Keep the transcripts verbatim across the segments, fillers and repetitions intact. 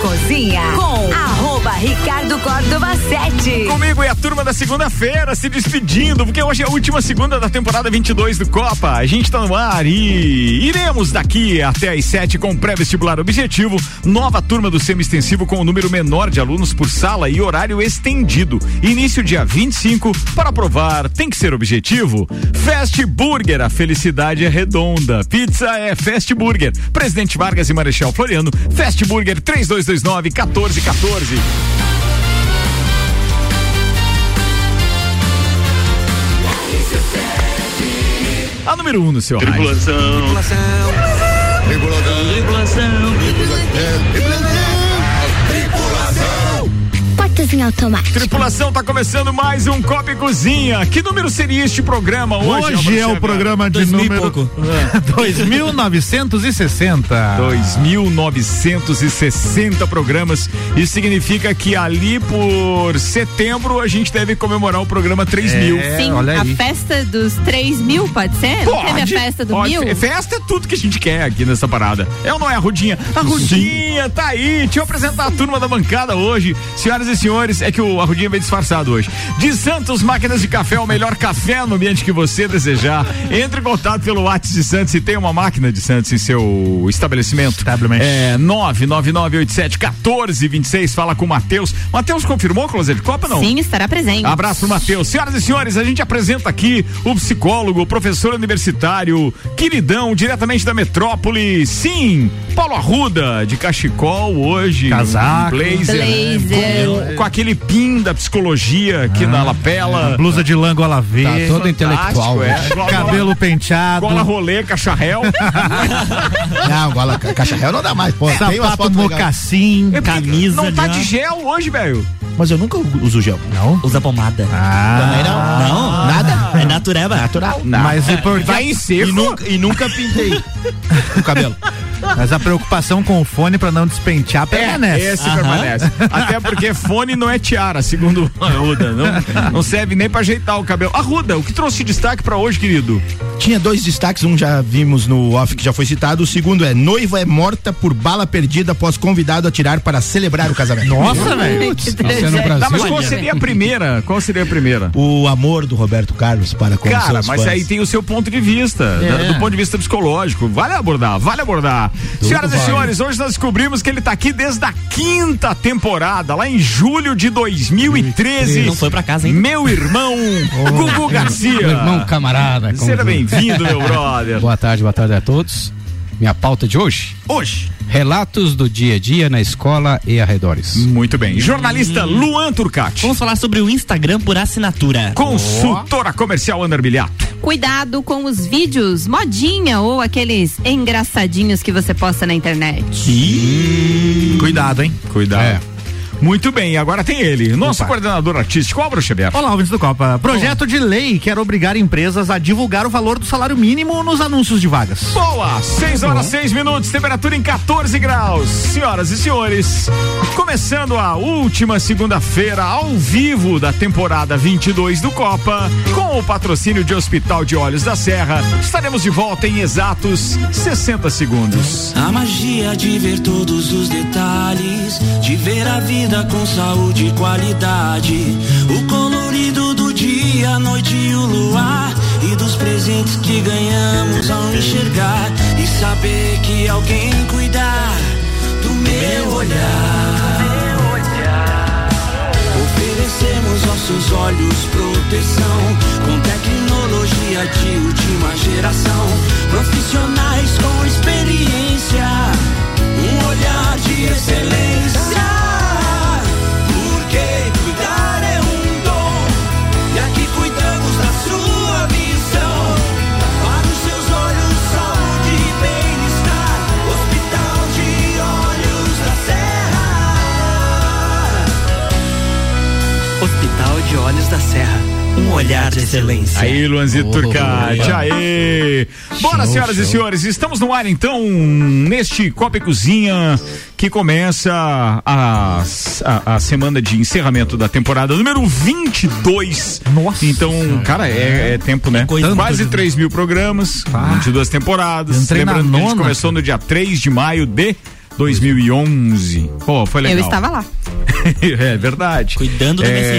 Cozinha com arroba Ricardo Córdova sete. Comigo é a turma da segunda-feira se despedindo, porque hoje é a última segunda da temporada vinte e dois do Copa. A gente tá no ar e iremos daqui até às sete com pré-vestibular objetivo, nova turma do semi-extensivo com o número menor de alunos por sala e horário estendido. Início dia vinte e cinco, para aprovar tem que ser objetivo. Fast Burger, a felicidade é redonda. Pizza é Fast Burger. Presidente Vargas e Marechal Floriano, Fast Burger três dois dois nove, um quatro um quatro. A número um no seu rádio. Tripulação. Tripulação. Tripulação. Tripulação. Tripulação. Portas em automático. Tripulação, tá começando mais um Copa e Cozinha. Que número seria este programa hoje? Hoje é o programa de número dois mil novecentos e sessenta. dois mil novecentos e sessenta programas. Isso significa que ali por setembro a gente deve comemorar o programa três mil. É, sim, olha a aí. Festa dos três mil, pode ser? Pode, não teve a festa do pode, mil? Festa é tudo que a gente quer aqui nessa parada. É ou não é a Rudinha? A Rudinha tá aí. Deixa eu apresentar a turma da bancada hoje. Senhoras e senhores, é que o Arrudinha veio disfarçado hoje. De Santos Máquinas de Café, o melhor café no ambiente que você desejar. Entre em contato pelo WhatsApp de Santos se tem uma máquina de Santos em seu estabelecimento. É nove nove nove oito sete um quatro dois seis. Fala com o Matheus. Matheus confirmou a Closet de Copa, não? Sim, estará presente. Abraço pro Matheus. Senhoras e senhores, a gente apresenta aqui o psicólogo, o professor universitário, queridão, diretamente da metrópole. Sim, Paulo Arruda, de cachecol hoje. Casaco. Blazer. Blazer. Com, com aquele pin da psicologia aqui ah, na lapela. É, blusa de lã gola V. Tá todo intelectual. É. Cabelo penteado. Gola rolê, cacharel. Não, gola cacharel não dá mais, pô. Sapato mocassim. É camisa. Não tá de gel hoje, velho. Mas eu nunca uso gel. Não? Usa pomada. Ah. Também não? Não? Nada? É natureba. Natural. Não. Mas e por vai em seco? E nunca, e nunca pintei o cabelo. Mas a preocupação com o fone pra não despentear permanece. É, esse Aham. permanece. Até porque fone não é tiara, segundo a Arruda. Não, não serve nem pra ajeitar o cabelo. Arruda, o que trouxe de destaque pra hoje, querido? Tinha dois destaques, um já vimos no off que já foi citado, o segundo é: noiva é morta por bala perdida após convidado a tirar para celebrar o casamento. Nossa, velho. Isso é no Brasil. Tá, mas qual seria a primeira? Qual seria a primeira? O amor do Roberto Carlos para com Cara, seus mas fãs. aí tem o seu ponto de vista, É. do ponto de vista psicológico. Vale abordar, vale abordar. Tudo Senhoras vale. e senhores, hoje nós descobrimos que ele tá aqui desde a quinta temporada, lá em julho de dois mil e treze. Não foi pra casa ainda. Meu irmão, Gugu Garcia. Meu irmão camarada. como Seja diz. bem-vindo, meu brother. Boa tarde, boa tarde a todos. Minha pauta de hoje: Hoje. relatos do dia a dia na escola e arredores. Muito bem. Jornalista Luan Turcati. Vamos falar sobre o Instagram por assinatura. Consultora comercial Ana Armiliato. Cuidado com os vídeos modinha ou aqueles engraçadinhos que você posta na internet. Ih, Cuidado, hein? Cuidado. É. Muito bem, agora tem ele, nosso Opa. coordenador artístico, Álvaro Xavier. Olá, ouvintes do Copa. Projeto de lei quer obrigar empresas a divulgar o valor do salário mínimo nos anúncios de vagas. Boa, seis horas, seis minutos, temperatura em quatorze graus. Senhoras e senhores, começando a última segunda-feira ao vivo da temporada vinte e dois do Copa, com o patrocínio de Hospital de Olhos da Serra, estaremos de volta em exatos sessenta segundos. A magia de ver todos os detalhes, de ver a vida com saúde e qualidade, o colorido do dia, a noite e o luar, e dos presentes que ganhamos ao enxergar e saber que alguém cuidar do meu olhar. Oferecemos nossos olhos proteção, com tecnologia de última geração, profissionais com experiência, um olhar de excelência. Hospital de Olhos da Serra, um olhar de excelência. Aí, Luanzito Oh, Turcati, oh, aê! Bora, show, senhoras show. e senhores, estamos no ar então, neste Copa e Cozinha, que começa a, a, a semana de encerramento da temporada número vinte e dois. Nossa. Então, cara, é, é tempo, né? coisa Quase tanto. três mil programas, Ah. vinte e duas temporadas. Entrei na Lembrando que a gente nona. começou no dia três de maio de dois mil e onze. Pô, foi legal. Eu estava lá. É verdade. Cuidando do é... M S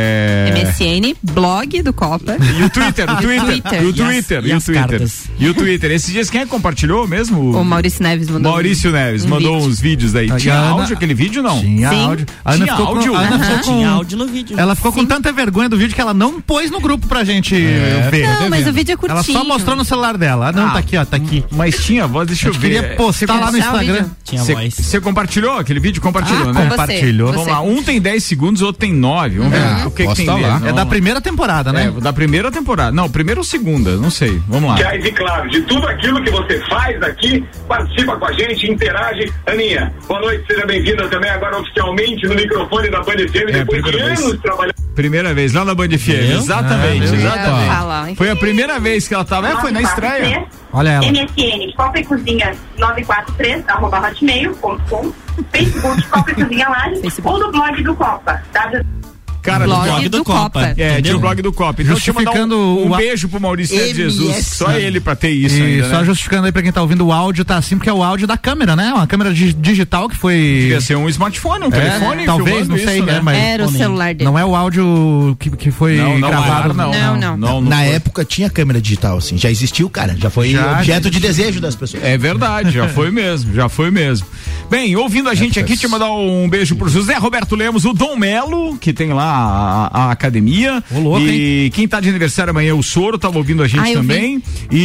N. M S N, blog do Copa. E o Twitter, o Twitter, Twitter. e o Twitter, e, e, as, o e, Twitter. E o Twitter. Esses dias quem é que compartilhou mesmo? O Maurício Neves mandou. Maurício Neves um mandou vídeo. uns vídeos aí. A Tinha Ana... áudio aquele vídeo, não? Tinha Sim. áudio. A Ana Tinha ficou áudio? Com, a Ana Aham. ficou com, Tinha áudio no vídeo. ela ficou Sim. com tanta vergonha do vídeo que ela não pôs no grupo pra gente é, ver. Não, mas o vídeo é curtinho. Ela só mostrou no celular dela. Ah, não, Ah, tá aqui, ó, tá aqui. Mas tinha voz, deixa Eu eu ver. queria postar lá no Deixa eu achar o Instagram. vídeo. Tinha Cê, voz. Você compartilhou aquele vídeo? Compartilhou, Ah, né? Você, compartilhou. você. Vamos lá, um tem dez segundos, outro tem nove. Vamos ver É, o que, que posta tem lá. dele. É Vamos da lá. primeira temporada, né? É, da primeira temporada. Não, primeira ou segunda, não sei. Vamos lá. E claro, de tudo aquilo que você faz aqui, participa com a gente, interage. Aninha, boa noite, seja bem-vinda também agora oficialmente no microfone da Band F M, É, depois de primeira vez. anos trabalhando. Primeira vez, lá na Band F M. Viu? Exatamente, Ah, viu? exatamente. Ah, lá, hein? Foi a primeira vez que ela tava. É, foi na estreia. Olha ela. M S N, Copa e Cozinha nove quatro três, arroba hotmail ponto com, Facebook, Copa e Cozinha Lages, Facebook. ou no blog do Copa, w Cara, Blog do blog do do Copa. Copa. É, Entendeu? tinha o blog do Copa. Então, deixa eu mandar Justificando um, um o- beijo pro Maurício Neves M S. Jesus. Só ele pra ter isso E ainda, só né? justificando aí pra quem tá ouvindo, o áudio tá assim, porque é o áudio da câmera, né? Uma câmera di- digital que foi. Devia ser um smartphone, um É, telefone. talvez, filmando não sei, isso, né? Mas Era o Ou nem. celular dele. não é o áudio que, que foi Não, não, gravado. não, Não, não, não. Na foi. época tinha câmera digital, assim, já existiu, cara, já foi Já, objeto já de desejo das pessoas. É verdade, já foi mesmo, já foi mesmo. Bem, ouvindo a gente aqui, deixa eu mandar um beijo pro José Roberto Lemos, o Dom Melo, que tem lá a, a academia. Ô, louco, e quem tá de aniversário amanhã é o Soro, tava ouvindo a gente Ah, eu também.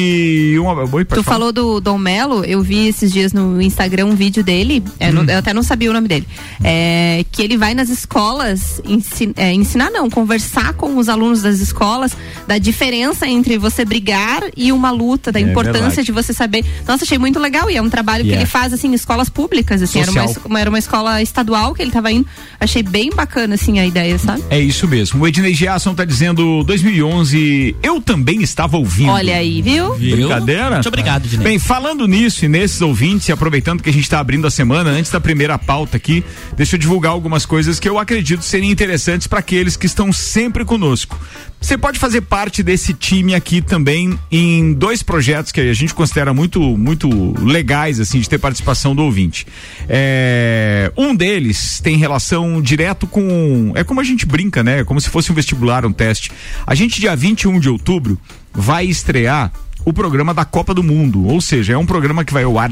E uma. Oi, pode Tu falar? falou do Dom Melo, eu vi esses dias no Instagram um vídeo dele, é, Hum. no- eu até não sabia o nome dele, é, que ele vai nas escolas ensin- é, ensinar não, conversar com os alunos das escolas da diferença entre você brigar e uma luta, da É importância verdade. de você saber. Nossa, achei muito legal e é um trabalho que Yeah. ele faz assim em escolas públicas, assim, era uma, Social. es- era uma escola estadual que ele tava indo, achei bem bacana assim a ideia, sabe? É isso mesmo. O Ednei Giasson tá dizendo dois mil e onze, eu também estava ouvindo. Olha aí, viu? Viu? Brincadeira? Muito obrigado, Dinei. Bem, falando nisso e nesses ouvintes, e aproveitando que a gente está abrindo a semana, antes da primeira pauta aqui, deixa eu divulgar algumas coisas que eu acredito serem interessantes para aqueles que estão sempre conosco. Você pode fazer parte desse time aqui também em dois projetos que a gente considera muito, muito legais, assim, de ter participação do ouvinte. É, um deles tem relação direto com, é como a gente brinca, né? É como se fosse um vestibular, um teste. A gente, dia vinte e um de outubro, vai estrear o programa da Copa do Mundo, ou seja, é um programa que vai ao ar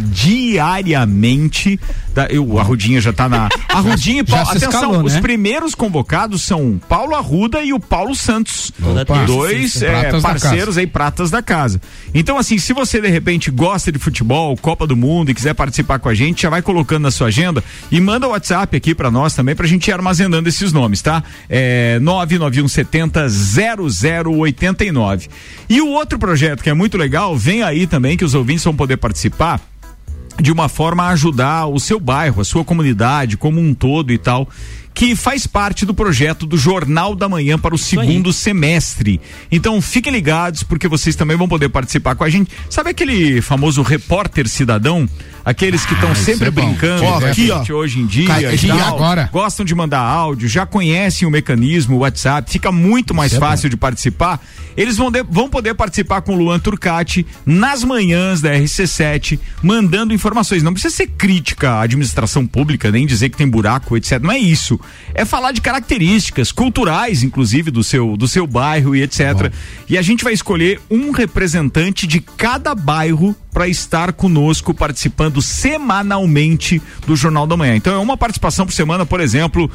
diariamente. Da, eu, a Rudinha já tá na. A Rudinha e Já Paulo. se Atenção, escalou, os né? primeiros convocados são Paulo Arruda e o Paulo Santos. Toda terça, Dois sexta. é, Pratas da parceiros aí, pratas da casa. Então, assim, se você de repente gosta de futebol, Copa do Mundo e quiser participar com a gente, já vai colocando na sua agenda e manda o WhatsApp aqui pra nós também, pra gente ir armazenando esses nomes, tá? É nove nove um setenta zero zero oitenta e nove. E o outro projeto que é muito legal, vem aí também, que os ouvintes vão poder participar de uma forma a ajudar o seu bairro, a sua comunidade como um todo e tal, que faz parte do projeto do Jornal da Manhã para o segundo semestre. Então fiquem ligados, porque vocês também vão poder participar com a gente. Sabe aquele famoso repórter cidadão? Aqueles que estão Ah, sempre é bom. brincando Ó, de aqui, repente, ó. hoje em dia Cai- e e tal, agora? gostam de mandar áudio, já conhecem o mecanismo, o WhatsApp, fica muito mais Isso é fácil de participar. Eles vão, de- vão poder participar com o Luan Turcati nas manhãs da R C sete, mandando informações. Não precisa ser crítica à administração pública, nem dizer que tem buraco, etcétera. Não é isso. É falar de características culturais, inclusive, do seu, do seu bairro e etcétera. E a gente vai escolher um representante de cada bairro para estar conosco participando semanalmente do Jornal da Manhã. Então é uma participação por semana, por exemplo,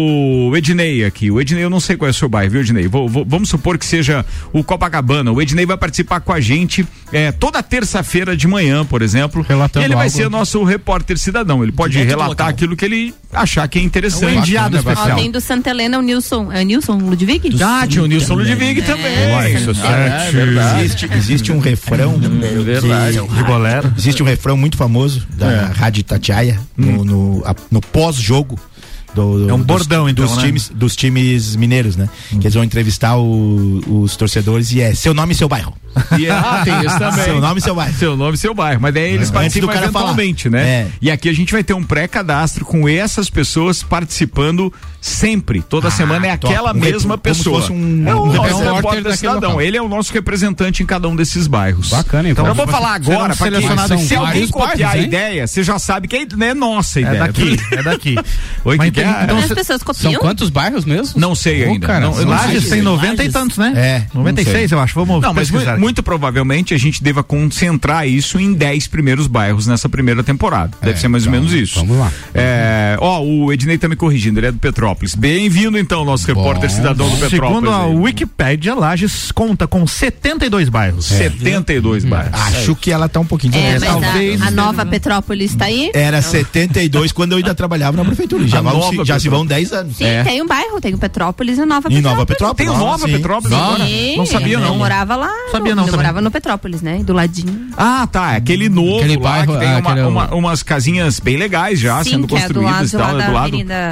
o Ednei aqui. O Ednei, eu não sei qual é o seu bairro, viu, Ednei? Vou, vou, vamos supor que seja o Copacabana. O Ednei vai participar com a gente é, toda terça-feira de manhã, por exemplo. Relatando e ele vai algo. ser nosso repórter cidadão. Ele pode Direto do relatar local. aquilo que ele achar que é interessante. É um enviado Bacana, especial. Ó, tem do Santa Helena o Nilson, é Nilson Ludwig? Ah, tinha o Nilson Ludwig também. É, Isso, Santa é verdade. Existe, existe um refrão É verdade. de bolero. Existe um refrão muito famoso da Rádio Itatiaia no, no, a- no pós-jogo, Do, do, é um dos, bordão, então, dos, né? times, dos times mineiros, né? Hum. Que eles vão entrevistar o, os torcedores e é seu nome e seu bairro. E, ah, tem isso também. Seu nome e seu bairro. Seu nome e seu bairro. Mas daí eles é. participam eventualmente, né? É. E aqui a gente vai ter um pré-cadastro com essas pessoas participando sempre. Toda ah, semana é aquela top. mesma Como pessoa. Se fosse um, é o um nosso repórter da cidadão. Local. Ele é o nosso representante em cada um desses bairros. Bacana, então. Então eu vou falar agora, para que, se alguém copiar bairros, a hein? ideia, você já sabe que é nossa ideia. É daqui, é daqui. Oi, Mas que tem, é? então, as pessoas copiam? São quantos bairros mesmo? Não sei ainda. Oh, cara, não, Lages tem noventa e tantos, né? É. noventa e seis, eu acho. Vamos Não, mas muito, muito provavelmente a gente deva concentrar isso em dez primeiros bairros nessa primeira temporada. Deve é, ser mais então, ou menos isso. Vamos lá. É, ó, o Ednei tá me corrigindo, ele é do Petrópolis. Bem-vindo então, nosso Bom, repórter cidadão bom. do Petrópolis. Segundo a aí. Wikipédia, Lages conta com setenta e dois bairros. É. setenta e dois hum. bairros. Acho é. que ela tá um pouquinho é, mas talvez. A, a nova Petrópolis tá aí? Era não. setenta e dois quando eu ainda trabalhava na prefeitura. Já, vão, se, já se vão dez anos. Sim, é. tem um bairro, tem o Petrópolis e a Nova e Petrópolis. Nova Petrópolis. Tem o Nova sim. Petrópolis agora? Sim, não sabia não. Eu morava lá. Sabia não. Eu morava no Petrópolis, né? Do ladinho. Ah, tá. Aquele novo aquele lá bairro, que tem ah, uma, aquele... uma, umas casinhas bem legais já Sim, sendo construídas é e tal. do do lado avenida...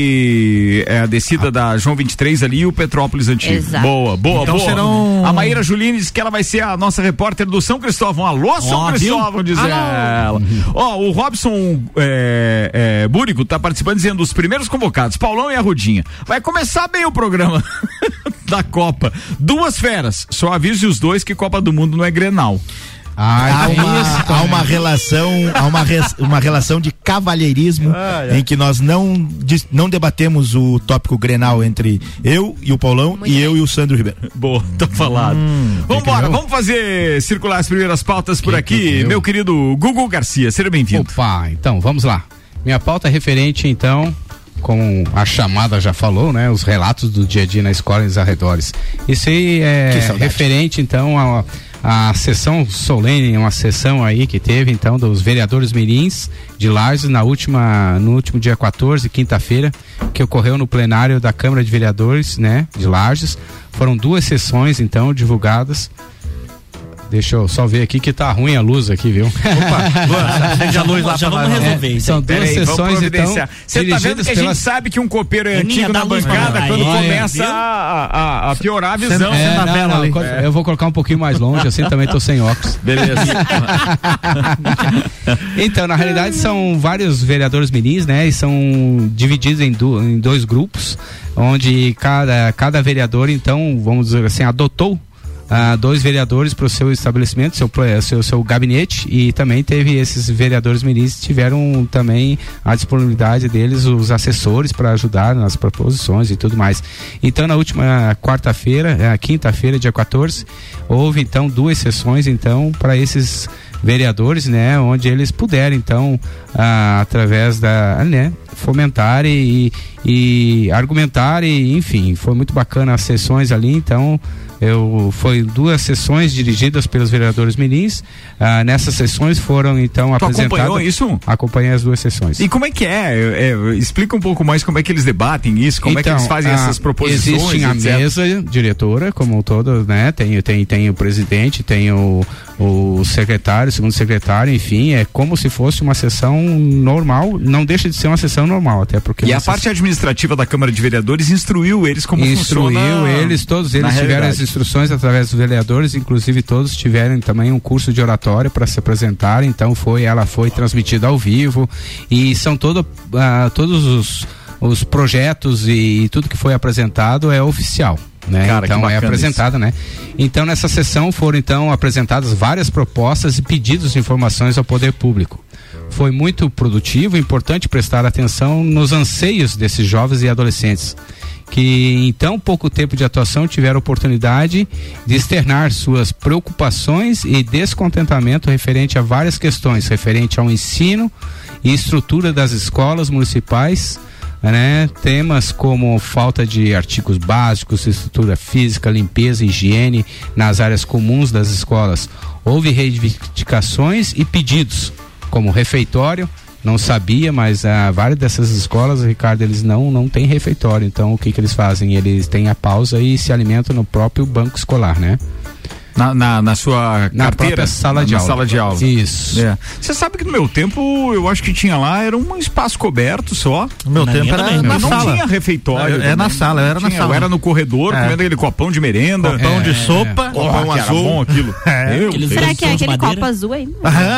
entre é, a descida ah. da João vinte e três ali e o Petrópolis antigo. Exato. Boa, boa, então boa. Serão... A Maíra Juline diz que ela vai ser a nossa repórter do São Cristóvão. Alô, São oh, Cristóvão, diz Alô. ela. Ó, oh, o Robson é, é, Búrico tá participando dizendo os primeiros convocados, Paulão e a Rudinha. Vai começar bem o programa da Copa. Duas feras. Só avise os dois que Copa do Mundo não é Grenal. Ah, há, uma, isso, há uma relação, há uma, res, uma relação de cavalheirismo ah, é. em que nós não, não debatemos o tópico Grenal entre eu e o Paulão Muito e bem. eu e o Sandro Ribeiro. Boa, tá falado. Hum, vamos embora, vamos fazer circular as primeiras pautas por que aqui, que meu querido Gugu Garcia, seja bem-vindo. Opa, então, vamos lá. Minha pauta é referente, então, como a chamada já falou, né? Os relatos do dia a dia na escola e nos arredores. Isso aí é referente, então, a a sessão solene, uma sessão aí que teve então dos vereadores mirins de Lages na última, no último dia quatorze, quinta-feira, que ocorreu no plenário da Câmara de Vereadores, né, de Lages. Foram duas sessões então divulgadas. Deixa eu só ver aqui que tá ruim a luz aqui, viu? Opa, acende a luz lá, já vamos resolver isso. É, são duas aí, sessões, então. Você tá vendo que a gente sabe que um copeiro é antigo na bancada quando aí, começa é, a, a, a piorar a visão. É, não, não, não, é. Eu vou colocar um pouquinho mais longe, assim também tô sem óculos. Beleza. Então, na realidade, são vários vereadores mirins, né? E são divididos em, do, em dois grupos, onde cada, cada vereador, então, vamos dizer assim, adotou Uh, dois vereadores para o seu estabelecimento, seu, seu, seu gabinete, e também teve esses vereadores mirins tiveram também a disponibilidade deles, os assessores, para ajudar nas proposições e tudo mais. Então, na última quarta-feira, uh, quinta-feira, dia quatorze, houve então duas sessões então para esses vereadores, né, onde eles puderam então uh, através da, né, fomentar e, e argumentar e, enfim, foi muito bacana as sessões ali. Então eu foi duas sessões dirigidas pelos vereadores mirins. Ah, nessas sessões foram então tu apresentadas. Acompanhou isso? Acompanhei as duas sessões. E como é que é? é, é explica um pouco mais como é que eles debatem isso, como então, é que eles fazem ah, essas proposições. Existe a mesa diretora, como todas, né? Tem, tem, tem o presidente, tem o, o secretário, o segundo secretário, enfim, é como se fosse uma sessão normal, não deixa de ser uma sessão normal, até porque... E a parte sessão... administrativa da Câmara de Vereadores instruiu eles como instruiu funciona... Instruiu eles, todos eles tiveram as instruções através dos vereadores, inclusive todos tiveram também um curso de oratória para se apresentar, então foi, ela foi transmitida ao vivo e são todo, uh, todos os, os projetos e, e tudo que foi apresentado é oficial. Né? Cara, então é apresentada, né? Então nessa sessão foram então apresentadas várias propostas e pedidos de informações ao poder público. Foi muito produtivo, importante prestar atenção nos anseios desses jovens e adolescentes, que em tão pouco tempo de atuação tiveram oportunidade de externar suas preocupações e descontentamento referente a várias questões, referente ao ensino e estrutura das escolas municipais, né? Temas como falta de artigos básicos, estrutura física, limpeza, higiene nas áreas comuns das escolas. Houve reivindicações e pedidos, como refeitório. Não sabia, mas ah, várias dessas escolas, Ricardo, eles não, não têm refeitório. Então, o que que eles fazem? Eles têm a pausa e se alimentam no próprio banco escolar, né? Na, na, na sua na carteira? Sala de na aula. sala de aula. Isso. Você é. sabe que no meu tempo, eu acho que tinha lá, era um espaço coberto só. No meu na tempo era também, na não sala. tinha refeitório. É, é na sala, era tinha, na sala. Eu era no corredor, é. comendo aquele copão de merenda. Copão é. de sopa. Oh, copão azul. Era bom aquilo. É. Eu, Será que é aquele madeira? Copo azul aí?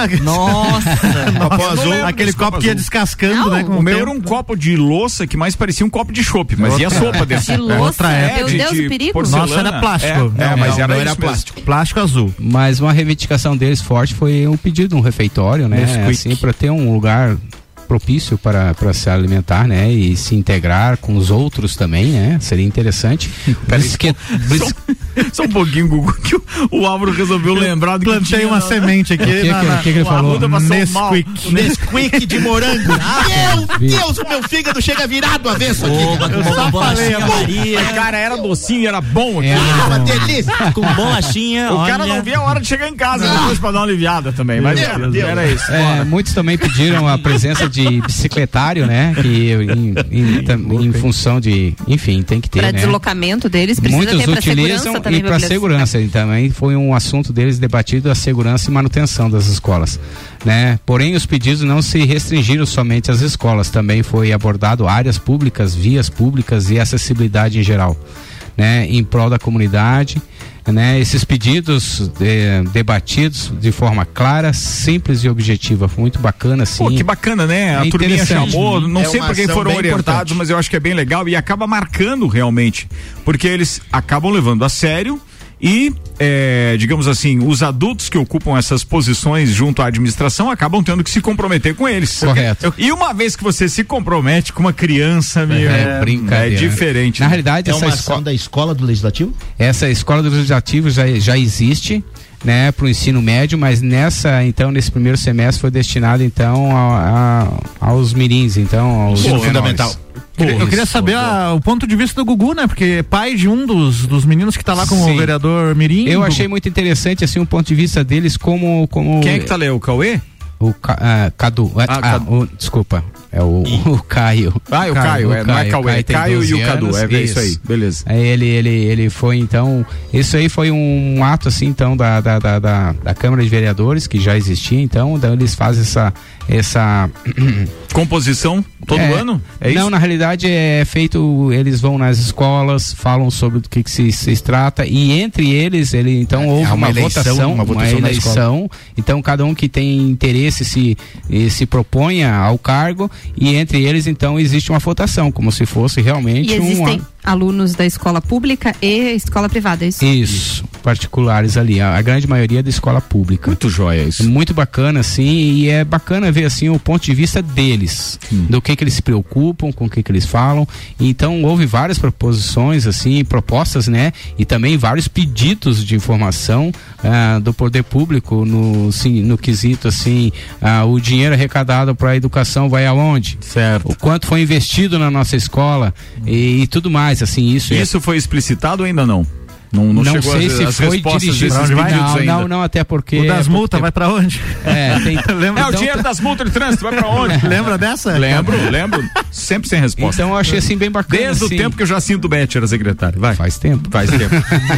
Nossa. Copo azul. Aquele copo que ia descascando, não. né? O meu era um copo de louça que mais parecia um copo de chopp, mas ia sopa dentro. De louça? Meu Deus, o perigo. Nossa, era plástico. É, mas era era plástico. Plástico azul. Mas uma reivindicação deles forte foi um pedido de um refeitório, né? Assim, para ter um lugar propício para, para se alimentar, né? E se integrar com os outros também, né? Seria interessante. Brisket, bris... só, só um pouquinho, Gugu, que o, o Álvaro resolveu lembrar do que plantei uma semente aqui. O que, na, que, na, que, que ele falou? Nesquik. Nesquik de morango. Meu Deus, o meu fígado chega virado avesso aqui. Oba, eu só falei, Maria. Cara, era docinho, era bom aqui. É, ah, uma delícia. Com bolachinha. O olha... cara não via a hora de chegar em casa depois pra dar uma aliviada também. Mas Deus, Deus. Era isso. É, muitos também pediram a presença de de bicicletário, né? Que em, em, em função de, enfim, tem que ter, pra né? deslocamento deles, precisa muitos ter pra utilizam segurança e para segurança. E também foi um assunto deles debatido, a segurança e manutenção das escolas, né? Porém, os pedidos não se restringiram somente às escolas, também foi abordado áreas públicas, vias públicas e acessibilidade em geral, né? Em prol da comunidade. Né, esses pedidos é, debatidos de forma clara, simples e objetiva, foi muito bacana, assim. Pô, que bacana, né? A é turminha chamou, não é sei por quem foram orientados, importante. Mas eu acho que é bem legal e acaba marcando realmente, porque eles acabam levando a sério e, é, digamos assim, os adultos que ocupam essas posições junto à administração acabam tendo que se comprometer com eles. Correto. Eu, e uma vez que você se compromete com uma criança, meu, é, é brincadeira. É diferente. Na né? realidade, é essa uma escola ação da escola do Legislativo? Essa escola do Legislativo já, já existe, né, para o ensino médio, mas nessa, então, nesse primeiro semestre foi destinado, então, a, a, aos mirins, então, ao ensino fundamental. Eu, eu queria saber a, o ponto de vista do Gugu, né? Porque é pai de um dos, dos meninos que tá lá com Sim. o vereador Mirim. Eu achei muito interessante, assim, o ponto de vista deles como... como... Quem é que tá lendo? O Cauê? O Ca, uh, Cadu. Ah, ah, Cadu. O, desculpa. É o, o Caio. Ah, o Caio, Caio é, não é Cauê, é Caio e o Cadu, é isso. isso aí, beleza. Aí ele, ele, ele foi, então, isso aí foi um ato, assim, então, da, da, da, da, da Câmara de Vereadores, que já existia, então, então eles fazem essa, essa... composição todo é, ano? É não, isso? na realidade é feito, eles vão nas escolas, falam sobre o que, que se, se trata, e entre eles, ele, então, é, houve uma, uma eleição, votação, uma, votação uma eleição, então cada um que tem interesse se, se proponha ao cargo, e entre eles, então, existe uma votação, como se fosse realmente e existem uma... alunos da escola pública e escola privada, é isso? Isso, particulares ali, a, a grande maioria da escola pública. Muito jóia isso. Muito bacana, assim, e é bacana ver, assim, o ponto de vista deles, hum. do que que eles se preocupam, com o que que eles falam. Então, houve várias proposições, assim, propostas, né, e também vários pedidos de informação ah, do poder público no, sim, no quesito, assim, ah, o dinheiro arrecadado para a educação vai aonde? Certo. O quanto foi investido na nossa escola e, e tudo mais, assim, isso. Isso é... foi explicitado ou ainda não? Não, não, não chegou sei as, se as foi dirigido para onde vai. Não, não, não, até porque... O das multas vai pra onde? É, tem... Lembra, é o dinheiro das multas de trânsito, vai pra onde? Lembra dessa? Lembro, lembro. Sempre sem resposta. Então eu achei assim bem bacana. Desde assim. o tempo que eu já sinto o Betcher, secretário. Vai. Faz tempo. Faz tempo.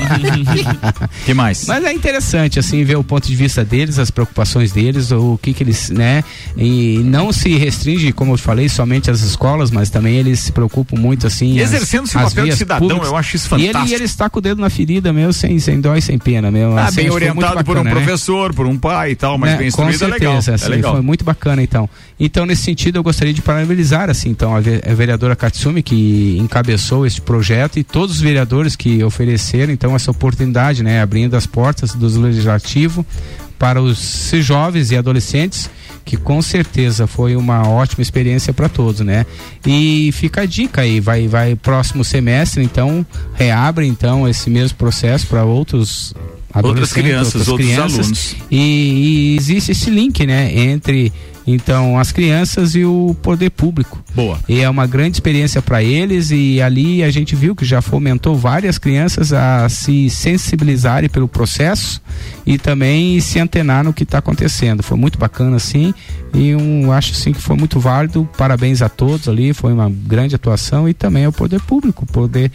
Que mais? Mas é interessante, assim, ver o ponto de vista deles, as preocupações deles, o que que eles, né? E não se restringe, como eu falei, somente às escolas, mas também eles se preocupam muito, assim... Exercendo esse papel de cidadão, públicas. Eu acho isso fantástico. E ele, e ele está com o dedo na ferida, meu, sem sem dó e sem pena mesmo. Ah, assim, bem orientado bacana, por um né? professor, por um pai e tal, mas né? bem instruído. Com certeza, é legal. Assim, é legal. Foi muito bacana, então. Então, nesse sentido, eu gostaria de parabenizar, assim, então, a, ve a vereadora Katsumi, que encabeçou este projeto, e todos os vereadores que ofereceram, então, essa oportunidade, né? Abrindo as portas do Legislativo para os jovens e adolescentes, que com certeza foi uma ótima experiência para todos, né? E fica a dica aí, vai, vai próximo semestre, então, reabre, então, esse mesmo processo para outros outras crianças, outras outros crianças, alunos. E, e existe esse link, né? Entre, então, as crianças e o poder público. Boa. E é uma grande experiência para eles, e ali a gente viu que já fomentou várias crianças a se sensibilizarem pelo processo e também se antenar no que está acontecendo. Foi muito bacana, assim, e um, acho assim que foi muito válido. Parabéns a todos ali, foi uma grande atuação, e também ao poder público, poder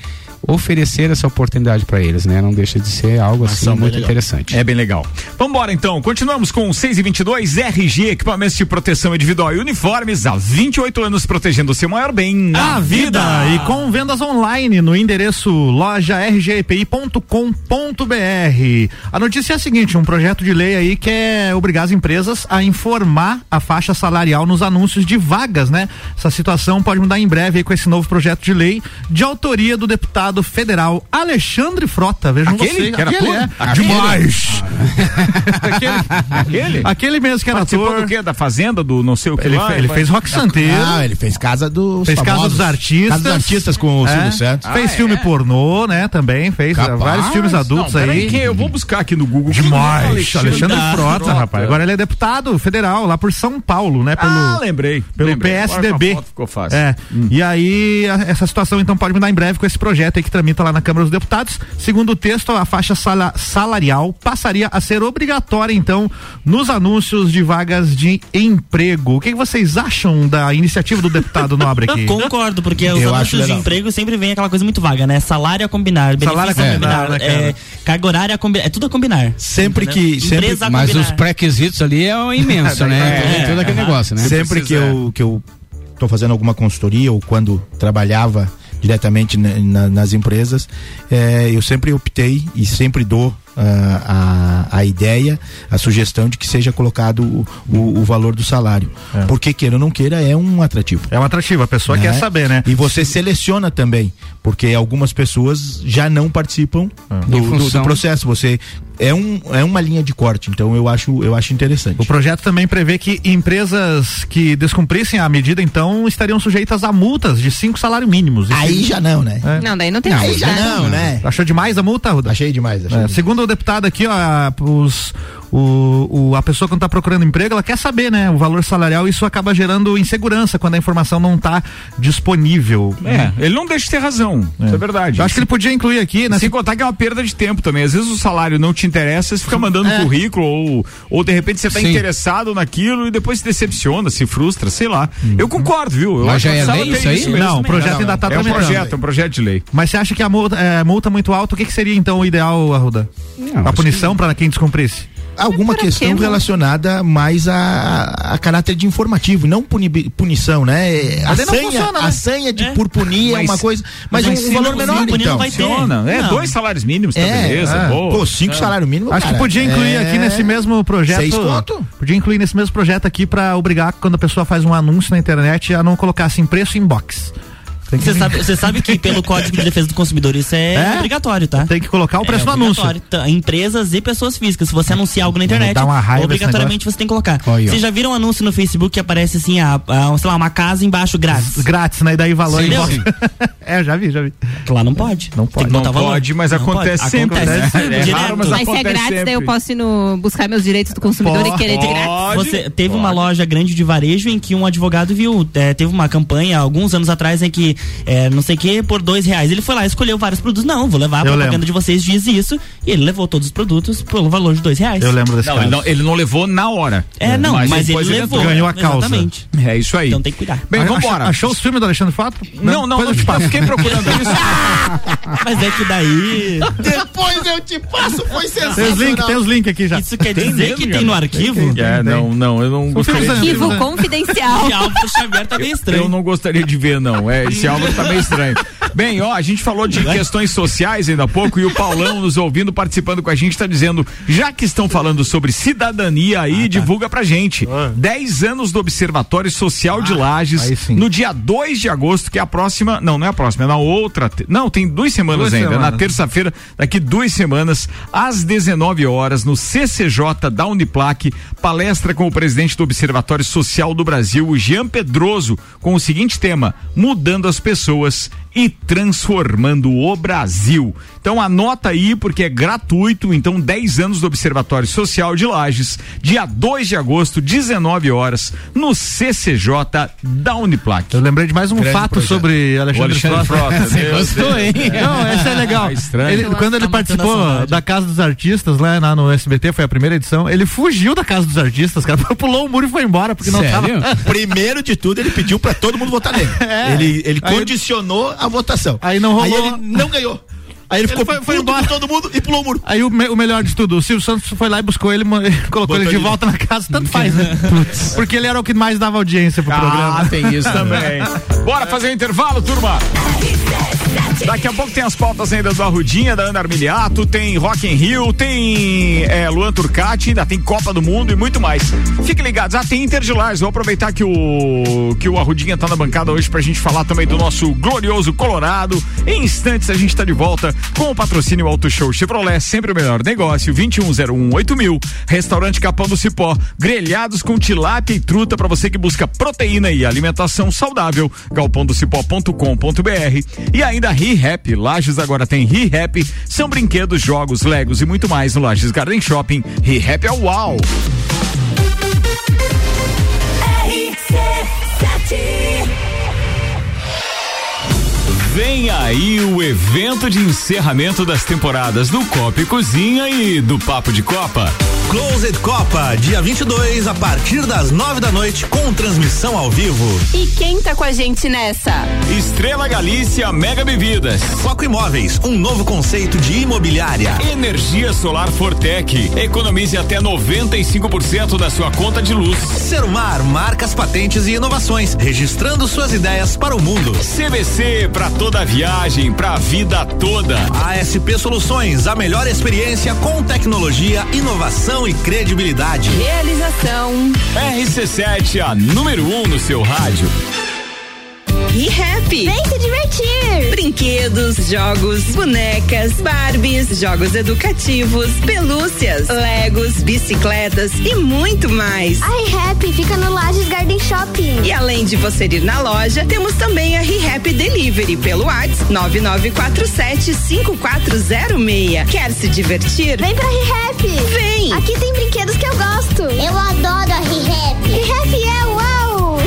oferecer essa oportunidade para eles, né? Não deixa de ser algo assim muito legal. interessante. É bem legal. Vambora então, continuamos com seis e vinte e dois, R G, equipamentos de proteção individual e uniformes, há vinte e oito anos protegendo o seu maior bem, a vida. vida. E com vendas online no endereço loja r g e p i ponto com ponto b r. A notícia é a seguinte, um projeto de lei aí que é obrigar as empresas a informar a faixa salarial nos anúncios de vagas, né? Essa situação pode mudar em breve aí com esse novo projeto de lei de autoria do deputado federal Alexandre Frota. Vejam aquele? vocês. Que era aquele ator? é. Aquele? Demais! aquele? aquele? Aquele mesmo que era Participou ator. do quê? Da Fazenda, do não sei o que ele lá? Fe, ele fez Rock Santeiro. Ah, ele fez Casa dos Fez famosos. Casa dos Artistas. Casa dos Artistas com o é. Silvio Santos. Fez Ah, filme é? pornô, né? Também fez Capaz. vários filmes adultos não, aí. Que eu vou buscar aqui no Google. Demais. Alexandre, Alexandre Frota, Frota, rapaz. Agora ele é deputado federal lá por São Paulo, né? Pelo, ah, lembrei. Pelo lembrei. P S D B. Ficou fácil. É. Hum. E aí, a, essa situação então pode mudar em breve com esse projeto aí que tramita lá na Câmara dos Deputados. Segundo o texto, a faixa sala, salarial passaria a ser obrigatória então nos anúncios de vagas de emprego. O que, que vocês acham da iniciativa do deputado Nobre aqui? Concordo, porque os Eu acho anúncios de legal. emprego sempre vem aquela coisa muito vaga, né? Salário a combinar, Salário benefício a a combinar, combinar, né, é, carga horária a combinar, é tudo a combinar. Sempre entendeu? que- sempre- Empresa a Mas combinar. os pré-requisitos ali é imenso, né? É, Tem todo aquele é, negócio, né? Sempre que eu, que eu tô fazendo alguma consultoria ou quando trabalhava diretamente na- na- nas empresas, eh, eu sempre optei e sempre dou ah, a, a ideia, a sugestão de que seja colocado o, o, o valor do salário. É. Porque queira ou não queira, é um atrativo. É um atrativo, a pessoa né? quer saber, né? E você seleciona também, porque algumas pessoas já não participam do, Em do- do função- processo. Você é, um, é uma linha de corte, então eu acho, eu acho interessante. O projeto também prevê que empresas que descumprissem a medida, então, estariam sujeitas a multas de cinco salários mínimos. Aí já não, né? É. Não, daí não tem Aí como, já né? não, né? Achou demais a multa, Ruda? Achei demais, achei É, demais. segundo o deputado aqui, ó, os, o, o, a pessoa quando está procurando emprego, ela quer saber, né, o valor salarial, e isso acaba gerando insegurança quando a informação não está disponível. É, ele não deixa de ter razão. Isso é verdade. Eu acho que ele podia incluir aqui, né? Sem contar que é uma perda de tempo também. Às vezes o salário não te interessa, você fica mandando É. currículo, ou, ou de repente você está Sim. interessado naquilo e depois se decepciona, se frustra, sei lá. Eu concordo, viu? Eu Mas acho já que é precisava lei ter isso aí? mesmo Não, o também. projeto ainda tá É um tramitando. projeto, é um projeto de lei. Mas você acha que a multa, é, multa muito alta, o que, que seria então o ideal, Arruda? Não, A acho punição para quem descumprisse? Alguma para questão quê, mano? relacionada mais a, a caráter de informativo, não puni, punição, né? A Mas aí não sanha, funciona, né? a sanha de É. por punir é Mas- uma coisa, mas, mas um, se valor não- menor, se não punir, então. não vai ter. Funciona. É, Não. dois salários mínimos, tá É, beleza. é. boa. Pô, cinco salário mínimo, Acho que cara, podia incluir é... aqui nesse mesmo projeto. Seis conto? Podia incluir nesse mesmo projeto aqui para obrigar quando a pessoa faz um anúncio na internet a não colocar assim preço em box. Tem que, Você sabe, você sabe que pelo Código de Defesa do Consumidor isso é, É? obrigatório, tá? tem que colocar o preço é no anúncio. obrigatório. Tá, empresas e pessoas físicas. Se você anunciar algo na internet, dá uma raiva esse obrigatoriamente você tem que colocar. Olha, ó. Vocês já viram um anúncio no Facebook que aparece assim, a, a, sei lá, uma casa embaixo grátis? Grátis, né? E daí valor Sim, em box. sim. É, já vi, já vi. Lá não pode. Não Tem pode. que Não botar valor. pode, mas Não acontece pode. sempre. Acontece né? É direto. raro, mas Mas se é acontece grátis, daí eu sempre. posso ir no, buscar meus direitos do consumidor Pode. e querer de grátis. Pode. Você teve Pode. uma loja grande de varejo em que um advogado viu, é, teve uma campanha alguns anos atrás em que é, não sei o que por dois reais. Ele foi lá, escolheu vários produtos. Não, vou levar a Eu propaganda lembro. de vocês diz isso. E ele levou todos os produtos pelo valor de dois reais. Eu lembro desse Não, caso. ele não, ele não levou na hora. É, não, mas, ele depois levou. ganhou a causa. Exatamente. É isso aí. Então tem que cuidar. Bem, Achou- vambora. Achou os filmes do Alexandre Frota? Não, não, Depois não, eu te eu passo. fiquei procurando isso. Mas é que daí. Depois eu te passo, foi Tem os sensacional. links, tem os links aqui já. Isso quer Tem dizer mesmo, que cara? tem no arquivo? É, não, não, eu não gostaria filmes de ver. Arquivo confidencial. E Álvaro Xavier tá meio estranho. Eu não gostaria de ver, não. É, esse álbum tá meio estranho. Bem, ó, a gente falou de questões sociais ainda há pouco e o Paulão nos ouvindo, participando com a gente, tá dizendo, já que estão falando sobre cidadania aí, Ah, tá. divulga pra gente. dez anos do Observatório Social de Lages, aí sim. no dia dois de agosto, que é a próxima, não, não é a próxima, é na outra, te- não, tem duas semanas Duas ainda, semanas. na terça-feira, daqui duas semanas, às dezenove horas, no C C J da Uniplac, palestra com o presidente do Observatório Social do Brasil, o Jean Pedroso, com o seguinte tema: mudando as pessoas e transformando o Brasil. Então anota aí, porque é gratuito. Então, dez anos do Observatório Social de Lages, dia dois de agosto, dezenove horas, no C C J da Uniplac. Eu lembrei de mais um Grande fato projeto. sobre Alexandre, O Alexandre Frota. Frota, Você meu gostou, hein? Não, esse é legal. Ah, estranho. Ele- Nossa, quando ele tá matando a participou saudade. da Casa dos Artistas, lá, lá no S B T, foi a primeira edição, ele fugiu da Casa dos Artistas, cara, pulou o muro e foi embora, porque não Sério? tava... Primeiro de tudo, ele pediu pra todo mundo votar nele. É. Ele, ele Aí- condicionou a votação. coração. Aí não rolou. Aí ele não ganhou. Aí ele, ele ficou foi, foi embora com todo mundo e pulou o muro. Aí o, me, o melhor de tudo, o Silvio Santos foi lá e buscou ele, colocou Botou ele de ele. volta na casa, tanto faz, né? Porque ele era o que mais dava audiência pro ah, programa. Ah, tem isso também. Bora fazer um intervalo, turma? Daqui a pouco tem as pautas ainda do Arrudinha, da Ana Armiliato, tem Rock in Rio, tem é, Luan Turcati, ainda tem Copa do Mundo e muito mais. Fiquem ligados, ah, tem Inter de Lages. Vou aproveitar que o que o Arrudinha tá na bancada hoje pra gente falar também do nosso glorioso Colorado. Em instantes a gente tá de volta com o patrocínio Auto Show Chevrolet, sempre o melhor negócio, vinte e um zero um oito mil, Restaurante Capão do Cipó, grelhados com tilápia e truta pra você que busca proteína e alimentação saudável, galpão do cipó ponto com ponto br. E ainda ReHap, Lages agora tem ReHap, são brinquedos, jogos, legos e muito mais no Lages Garden Shopping. ReHap é o uau! Vem aí o evento de encerramento das temporadas do Copa e Cozinha e do Papo de Copa. Closet Copa, dia vinte e dois, a partir das nove da noite, com transmissão ao vivo. E quem tá com a gente nessa? Estrela Galícia Mega Bebidas. Foco Imóveis, um novo conceito de imobiliária. Energia Solar Fortec, economize até noventa e cinco por cento da sua conta de luz. Serumar, marcas, patentes e inovações, registrando suas ideias para o mundo. C V C, pra toda a viagem, pra vida toda. A S P Soluções, a melhor experiência com tecnologia, inovação e credibilidade. Realização R C sete, a número um no seu rádio. ReHap. Vem se divertir. Brinquedos, jogos, bonecas, Barbies, jogos educativos, pelúcias, Legos, bicicletas e muito mais. A ReHap fica no Lages Garden Shopping. E além de você ir na loja, temos também a ReHap Delivery pelo WhatsApp nove nove quatro sete cinco quatro zero seis. Quer se divertir? Vem pra ReHap. Vem. Aqui tem brinquedos que eu gosto. Eu adoro a ReHap. ReHap é uau.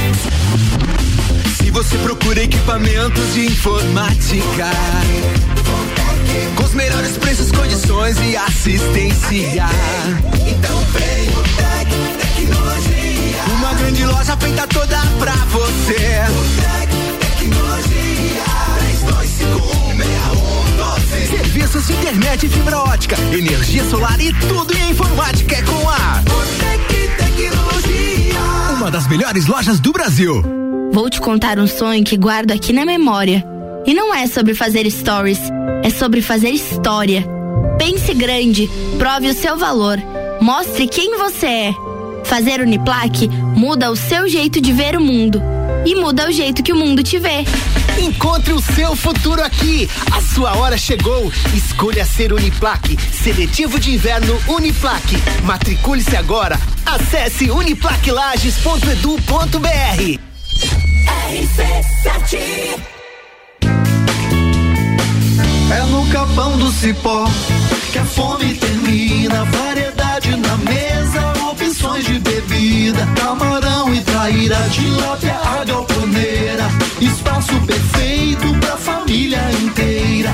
Se você procura equipamentos de informática com os melhores preços, condições e assistência, então vem o Tec Tecnologia. Uma grande loja feita toda pra você. O Tec Tecnologia. três dois cinco um seis um doze. Serviços de internet e fibra ótica, energia solar e tudo em informática é com a o Tec Tecnologia. Uma das melhores lojas do Brasil. Vou te contar um sonho que guardo aqui na memória. E não é sobre fazer stories, é sobre fazer história. Pense grande, prove o seu valor, mostre quem você é. Fazer Uniplac muda o seu jeito de ver o mundo e muda o jeito que o mundo te vê. Encontre o seu futuro aqui. A sua hora chegou. Escolha ser Uniplac. Seletivo de inverno Uniplac. Matricule-se agora. Acesse uniplaclages ponto edu ponto br. R C sete. É no Capão do Cipó que a fome termina. Variedade na mesa, opções de bebida, camarão e traíra, tilápia, a galponeira. Espaço perfeito pra família inteira.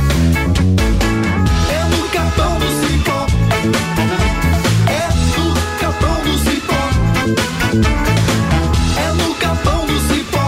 É no Capão do Cipó. É no Capão do Cipó. É no Capão do Cipó.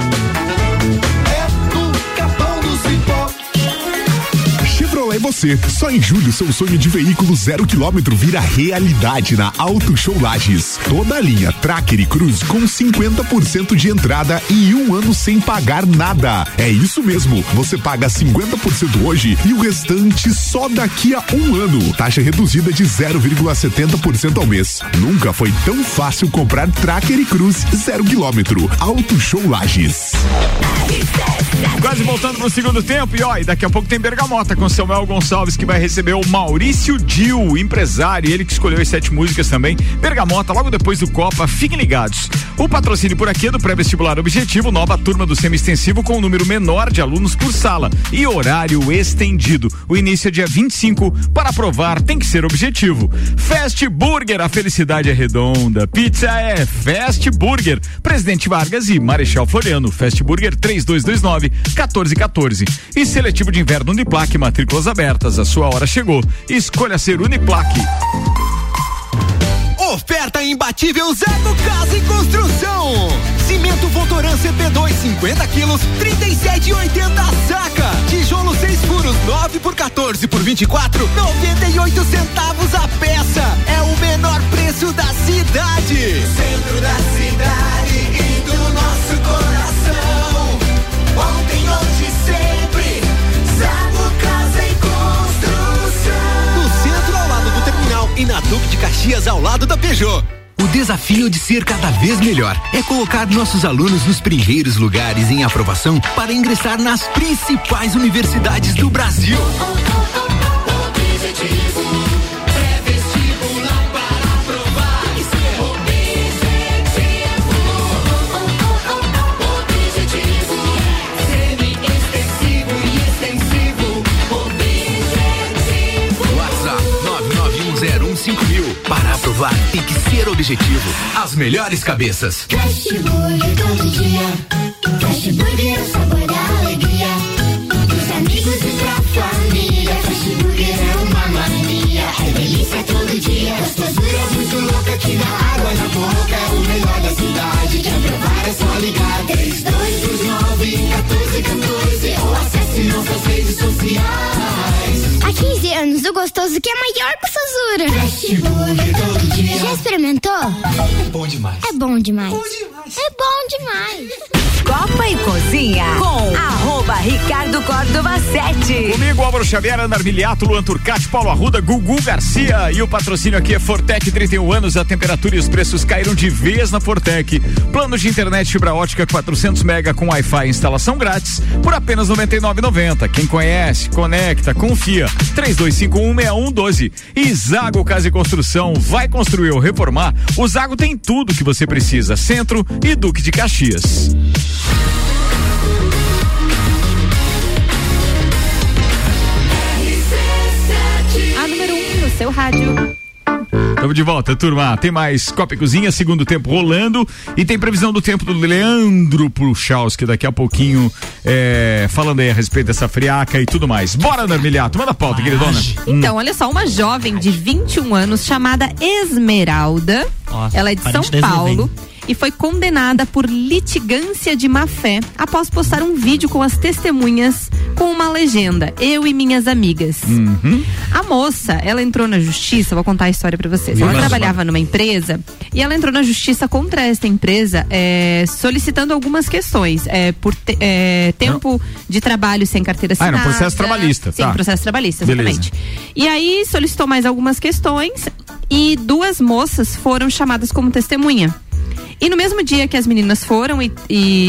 É no Capão do Cipó. Chevrolet você. Só em julho seu sonho de veículo zero quilômetro vira realidade na Auto Show Lages. Toda a linha Tracker e Cruz com cinquenta por cento de entrada e um ano sem pagar nada. É isso mesmo, você paga cinquenta por cento hoje e o restante só daqui a um ano. Taxa reduzida de zero vírgula setenta por cento ao mês. Nunca foi tão fácil comprar Tracker e Cruz zero quilômetro. Auto Show Lages. Quase voltando pro segundo tempo e ó, e daqui a pouco tem Bergamota com Samuel Gonçalves, que vai receber o Maurício Dil, empresário, ele que escolheu as sete músicas também. Bergamota logo depois do Copa, fiquem ligados. O patrocínio por aqui é do pré-vestibular Objetivo, nova turma do semi-extensivo com um número menor de alunos por sala e horário estendido. O início é dia vinte e cinco, para aprovar tem que ser Objetivo. Fast Burger, a felicidade é redonda. Pizza é Fast Burger, Presidente Vargas e Marechal Floriano. Fast Burger três dois dois nove, um quatro um quatro. E seletivo de inverno Uniplac, matrículas abertas, a sua hora chegou. Escolha ser Uniplac. Oferta imbatível Zago Casa e Construção. Cimento Votoran C P dois, cinquenta quilos, trinta e sete e oitenta saca. Tijolo seis furos, nove por quatorze por vinte e quatro, noventa e oito centavos a peça. É o menor preço da cidade. Centro da cidade e do nosso coração. Ontem, hoje, sempre. Zago Casa e Construção. No centro, ao lado do terminal, e na Duque de Caxias, ao lado da Peugeot. O desafio de ser cada vez melhor é colocar nossos alunos nos primeiros lugares em aprovação para ingressar nas principais universidades do Brasil. Para aprovar, tem que ser objetivo. As melhores cabeças. Fast Burger todo dia. Fast Burger é o sabor da alegria. Dos amigos e pra família. Fast Burger é uma mania. É delícia todo dia. Gostosura é muito louca que dá água na boca. É o melhor da cidade. Quer provar é só ligar. três dois dois nove, um quatro um quatro. Ou acesse nossas redes sociais. Há quinze anos, o gostoso que é maior que o Sazura. Fast Burger todo dia. Já experimentou? É bom demais. É bom demais. Bom demais. É bom demais. Copa e Cozinha com arroba Ricardo Córdova sete. Comigo, Álvaro Xavier, Ana Armiliato, Luan Turcati, Paulo Arruda, Gugu Garcia. E o patrocínio aqui é Fortec, trinta e um anos, a temperatura e os preços caíram de vez na Fortec. Plano de internet fibra ótica quatrocentos mega com Wi-Fi e instalação grátis por apenas noventa e nove reais e noventa centavos. Quem conhece, conecta, confia. três dois cinco um, seis um um dois. E Zago Casa e Construção, vai construir ou reformar? O Zago tem tudo que você precisa. Centro e Duque de Caxias. A número um no seu rádio. Estamos de volta, turma. Tem mais Copa e Cozinha, segundo tempo rolando. E tem previsão do tempo do Leandro Puchalski daqui a pouquinho, é, falando aí a respeito dessa friaca e tudo mais. Bora, Narmiliato, manda a pauta, queridona. Então, olha só, uma jovem de vinte e um anos chamada Esmeralda, Nossa, ela é de São Paulo, e foi condenada por litigância de má fé após postar um vídeo com as testemunhas com uma legenda: eu e minhas amigas. Uhum. A moça, ela entrou na justiça, vou contar a história pra vocês. Ela Nossa. trabalhava numa empresa e ela entrou na justiça contra esta empresa, é, solicitando algumas questões, é, por te, é, tempo não. de trabalho sem carteira assinada. Ah, no processo trabalhista, Sim, tá. processo trabalhista, exatamente. Beleza. E aí solicitou mais algumas questões e duas moças foram chamadas como testemunha. E no mesmo dia que as meninas foram e,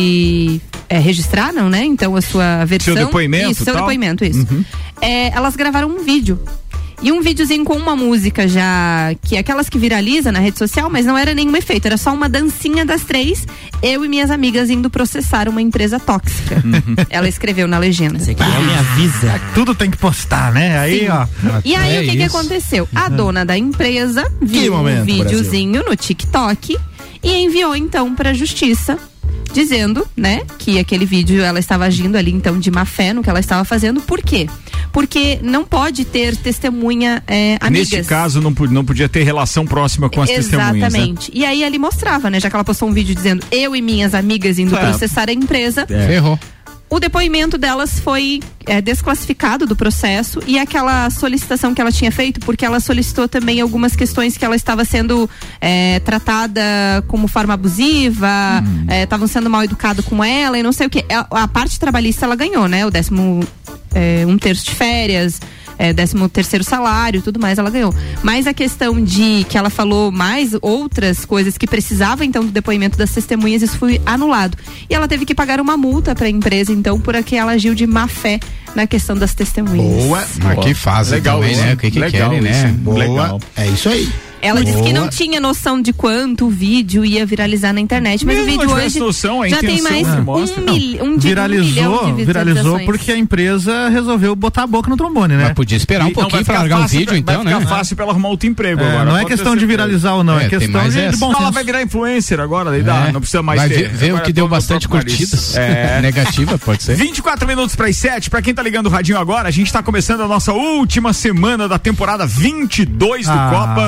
e é, registraram, né? Então a sua versão. Seu depoimento, isso, seu tal? depoimento, isso. Uhum. É, elas gravaram um vídeo. E um videozinho com uma música já, que é aquelas que viraliza na rede social, mas não era nenhum efeito, era só uma dancinha das três, eu e minhas amigas indo processar uma empresa tóxica. Uhum. Ela escreveu na legenda. Esse aqui ah, me avisa. Tudo tem que postar, né? Aí, Sim. ó. E aí, é o que, que aconteceu? A dona da empresa viu momento, um videozinho no TikTok e enviou então pra justiça, dizendo, né, que aquele vídeo ela estava agindo ali então de má fé no que ela estava fazendo. Por quê? Porque não pode ter testemunha é, amigas. Neste caso não, não podia ter relação próxima com as Exatamente. testemunhas, né? E aí ele mostrava, né, já que ela postou um vídeo dizendo eu e minhas amigas indo é. processar a empresa. É. Ferrou. O depoimento delas foi é, desclassificado do processo e aquela solicitação que ela tinha feito, porque ela solicitou também algumas questões que ela estava sendo é, tratada como forma abusiva, estavam hum. é, sendo mal educado com ela e não sei o que. A, a parte trabalhista ela ganhou, né? O décimo, é, um terço de férias, é, décimo terceiro salário, tudo mais ela ganhou. Mas a questão de que ela falou mais outras coisas que precisava então do depoimento das testemunhas, isso foi anulado. E ela teve que pagar uma multa para a empresa então por que ela agiu de má fé na questão das testemunhas. Boa. Mas que fazem Legal, também, né? O que que Legal, querem, isso. né? Boa. Legal. É isso aí. Ela Boa. disse que não tinha noção de quanto o vídeo ia viralizar na internet, mas Mesmo o vídeo não hoje noção, a já tem intenção mais que um, mostra. mil, um, de, viralizou, um milhão de viralizou porque a empresa resolveu botar a boca no trombone, né? Mas podia esperar um E- pouquinho não, vai pra ficar largar um fácil vídeo, pra- então, vai né? ficar fácil pra ela arrumar outro emprego É, agora. não é pode questão ter de certeza. viralizar ou não, é, É, tem questão mais de, de essa. bom Ela senso. vai virar influencer agora, daí dá, É. não precisa mais Vai ter. ver, ver o Agora que deu todo bastante próprio nariz. curtidas. É. Negativa, pode ser. vinte e quatro minutos para as sete, pra quem tá ligando o radinho agora, a gente tá começando a nossa última semana da temporada vinte e dois do Ah. Copa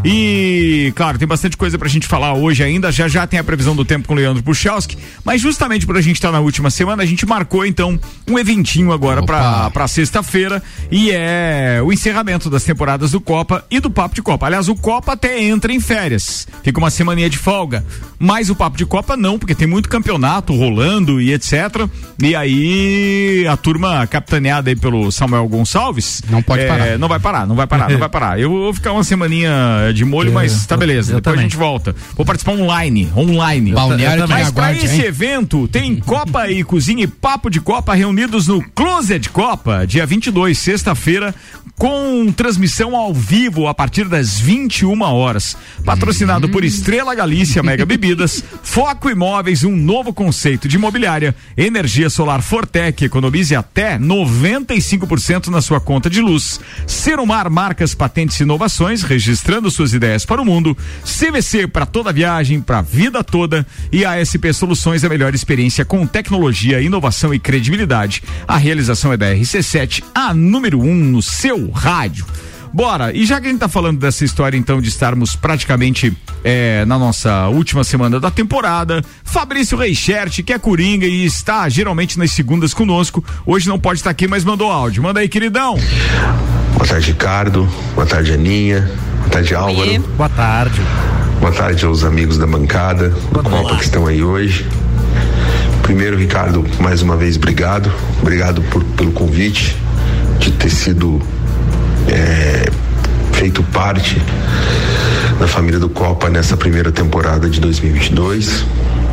E, claro, tem bastante coisa pra gente falar hoje ainda. Já já tem a previsão do tempo com o Leandro Puchalski. Mas justamente por a gente estar tá na última semana, a gente marcou então um eventinho agora pra, pra sexta-feira. E é o encerramento das temporadas do Copa e do Papo de Copa. Aliás, o Copa até entra em férias. Fica uma semaninha de folga. Mas o Papo de Copa não, porque tem muito campeonato rolando e etcétera. E aí a turma capitaneada aí pelo Samuel Gonçalves. Não pode é, parar. Não vai parar, não vai parar, não vai parar. Eu vou ficar uma semaninha de molho, é, mas tá beleza. Depois também. A gente volta. Vou participar online, online. Balneário Mas aguarde, pra esse hein? evento tem Copa e Cozinha e Papo de Copa reunidos no Closet Copa, dia vinte e dois, sexta-feira, com transmissão ao vivo a partir das vinte e uma horas. Patrocinado hum. por Estrela Galícia Mega Bebidas, Foco Imóveis, um novo conceito de imobiliária, energia solar Fortec, economize até noventa e cinco por cento na sua conta de luz. Serumar Marcas, Patentes e Inovações, registrando suas ideias para o mundo. C V C para toda viagem, para a vida toda. E a S P Soluções, a melhor experiência com tecnologia, inovação e credibilidade. A realização é da R C sete, a número um no seu rádio. Bora, e já que a gente tá falando dessa história então de estarmos praticamente é, na nossa última semana da temporada, Fabrício Reichert, que é coringa e está geralmente nas segundas conosco, hoje não pode estar aqui, mas mandou áudio. Manda aí, queridão. Boa tarde, Ricardo. Boa tarde, Aninha. Boa tarde, Álvaro. Boa tarde. Boa tarde aos amigos da bancada do Copa que estão aí hoje. Primeiro, Ricardo, mais uma vez, obrigado. Obrigado por, pelo convite, de ter sido é, feito parte da família do Copa nessa primeira temporada de dois mil e vinte e dois.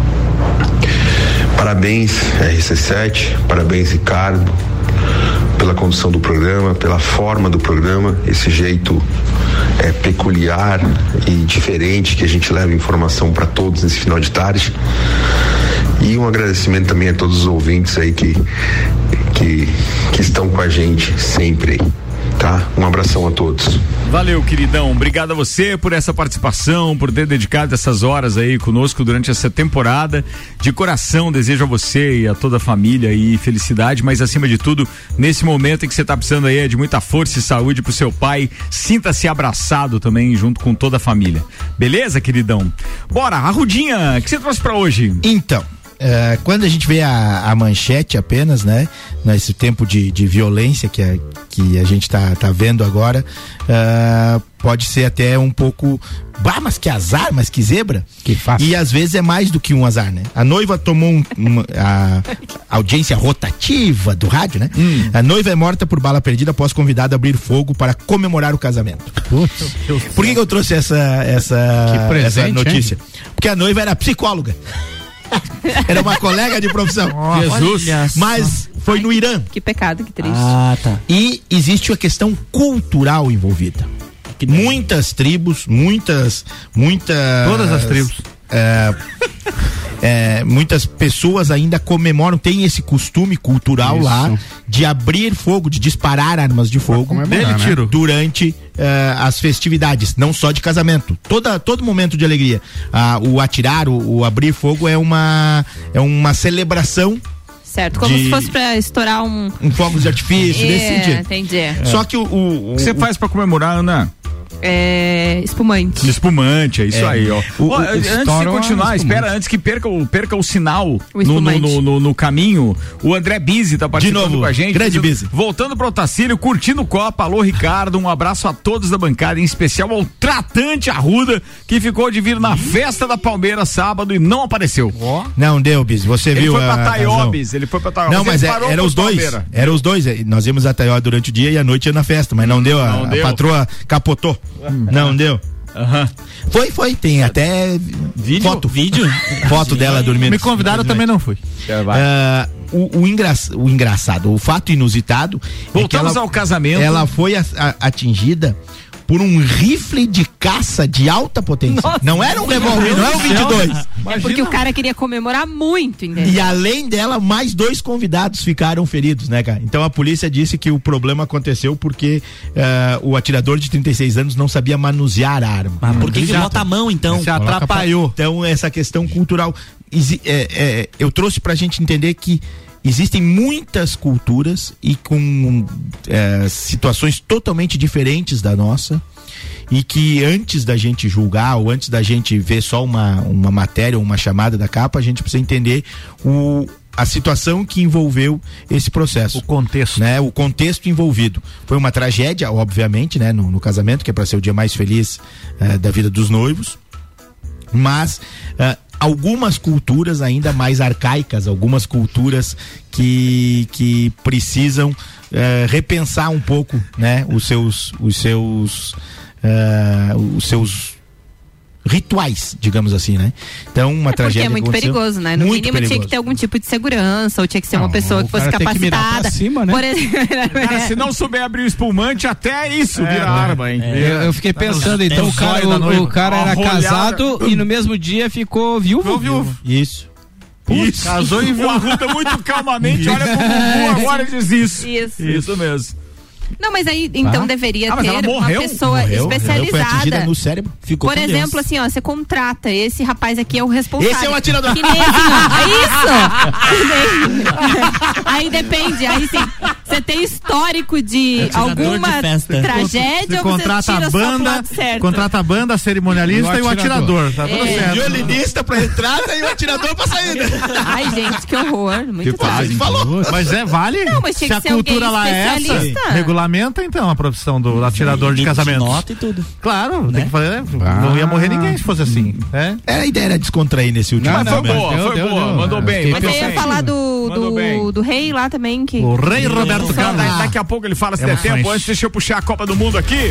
Parabéns, R C sete, parabéns, Ricardo, pela condução do programa, pela forma do programa, esse jeito é, peculiar e diferente que a gente leva informação para todos nesse final de tarde. E um agradecimento também a todos os ouvintes aí que, que, que estão com a gente sempre aí, tá? Um abração a todos. Valeu, queridão. Obrigado a você por essa participação, por ter dedicado essas horas aí conosco durante essa temporada. De coração, desejo a você e a toda a família aí felicidade, mas acima de tudo, nesse momento em que você tá precisando aí de muita força e saúde pro seu pai, sinta-se abraçado também junto com toda a família. Beleza, queridão? Bora, a Rudinha, o que você trouxe pra hoje? Então, Uh, quando a gente vê a, a manchete apenas, né, nesse tempo de, de violência que a, que a gente tá, tá vendo agora, uh, pode ser até um pouco, bah, mas que azar, mas que zebra, que fácil. E às vezes é mais do que um azar, né? A noiva tomou um, uma, a, a audiência rotativa do rádio, né? Hum. A noiva é morta por bala perdida após convidada a abrir fogo para comemorar o casamento. Putz, por que, que eu trouxe essa, essa, que presente, essa notícia? Hein? Porque a noiva era psicóloga. Era uma colega de profissão. Oh, Jesus. Mas foi no Irã. Que pecado, que triste. Ah, tá. E existe a questão cultural envolvida. Muitas tribos, muitas, muitas. Todas as tribos. É, é, muitas pessoas ainda comemoram, tem esse costume cultural. Isso. Lá de abrir fogo, de disparar armas de fogo dele, né? Tiro. Durante uh, as festividades, não só de casamento, toda, todo momento de alegria. Uh, o atirar, o, o abrir fogo é uma, é uma celebração. Certo, como de... se fosse pra estourar um... Um fogo de artifício, é, desse sentido. Entendi. É. Só que o... O, o que você faz pra comemorar, Ana? É, espumante. Espumante, é isso é. aí, ó. O, o, ó antes de continuar, espera, antes que perca o, perca o sinal o no, no, no, no, no caminho, o André Bizzi tá participando de novo, com a gente. Grande Bizzi. Voltando pro Otacílio, curtindo Copa. Alô, Ricardo, um abraço a todos da bancada, em especial ao Tratante Arruda, que ficou de vir na festa da Palmeiras sábado e não apareceu. Oh. Não deu, Bizzi, você ele viu foi a... Pra Taiobis, ele foi pra Taiobis. Não, mas é, era os dois, era os dois, nós íamos a Taió durante o dia e à noite ia na festa, mas não deu, não a, deu. a patroa capotou, hum. não deu. Uhum. Foi, foi, tem até vídeo? foto, vídeo, foto dela dormindo. Me convidaram, também não fui. Uh, o, o, engra, o engraçado, o fato inusitado. Voltamos é que ela, ao casamento. Ela foi a, a, atingida por um rifle de caça de alta potência. Nossa, não era um revólver, não é um vinte e dois. É porque o cara queria comemorar muito, entendeu? E além dela, mais dois convidados ficaram feridos, né, cara? Então a polícia disse que o problema aconteceu porque uh, o atirador de trinta e seis anos não sabia manusear a arma. Mas por que que bota a mão, então? Se atrapalhou. Então essa questão cultural. É, é, eu trouxe pra gente entender que existem muitas culturas e com é, situações totalmente diferentes da nossa, e que antes da gente julgar ou antes da gente ver só uma, uma matéria ou uma chamada da capa, a gente precisa entender o a situação que envolveu esse processo. O contexto. Né? O contexto envolvido. Foi uma tragédia, obviamente, né? No, no casamento, que é para ser o dia mais feliz uh, da vida dos noivos. Mas uh, algumas culturas ainda mais arcaicas, algumas culturas que, que precisam uh, repensar um pouco, né? Os seus, os seus, uh, os seus rituais, digamos assim, né? Então, uma é tragédia. Porque é muito perigoso, né? No muito mínimo perigoso. Tinha que ter algum tipo de segurança, ou tinha que ser não, uma pessoa que fosse capacitada. Cima, né? Por exemplo, cara, se não souber abrir o espumante, até isso é, vira né? arma, hein? É. Eu, eu fiquei pensando, então é o cara, o, o cara era rolhada. casado e no mesmo dia ficou viúvo. viúvo. Isso. Isso. Casou e viu. O Arruda muito calmamente, olha pro Gugu agora e diz isso. Isso. Isso mesmo. Não, mas aí então Ah. deveria Ah, mas ter ela uma morreu? pessoa Morreu, especializada. Foi atingida no cérebro. Ficou Por com exemplo, Deus. assim, ó, você contrata, esse rapaz aqui é o responsável. Esse é o atirador. Que nem assim, ó, é isso! aí depende, aí sim, você tem histórico de Atirador alguma de festa. tragédia Você ou você contrata tira a só pro banda, lado certo? contrata a banda, a cerimonialista e o atirador. Tá tudo É. certo. Violinista pra entrada e o atirador pra saída. Ai, gente, que horror. Muito Que faz, triste. falou. Mas é, vale? Não, mas tinha Se que a ser cultura alguém lá é essa, especialista. regulamenta então a profissão do atirador de Limite casamento. nota e tudo. Claro, Né? tem que fazer. Ah. Não ia morrer ninguém se fosse assim. É? É, a ideia era descontrair nesse último. Mas foi mas boa, deu, foi deu, boa, deu. mandou bem. Fiquei Mas eu mandou ia bem. falar do, Mandou do, bem. do rei lá também. Que... O rei Roberto Então, Carlos. da- daqui a pouco ele fala se der Emoções. tempo. Antes, deixa eu puxar a Copa do Mundo aqui.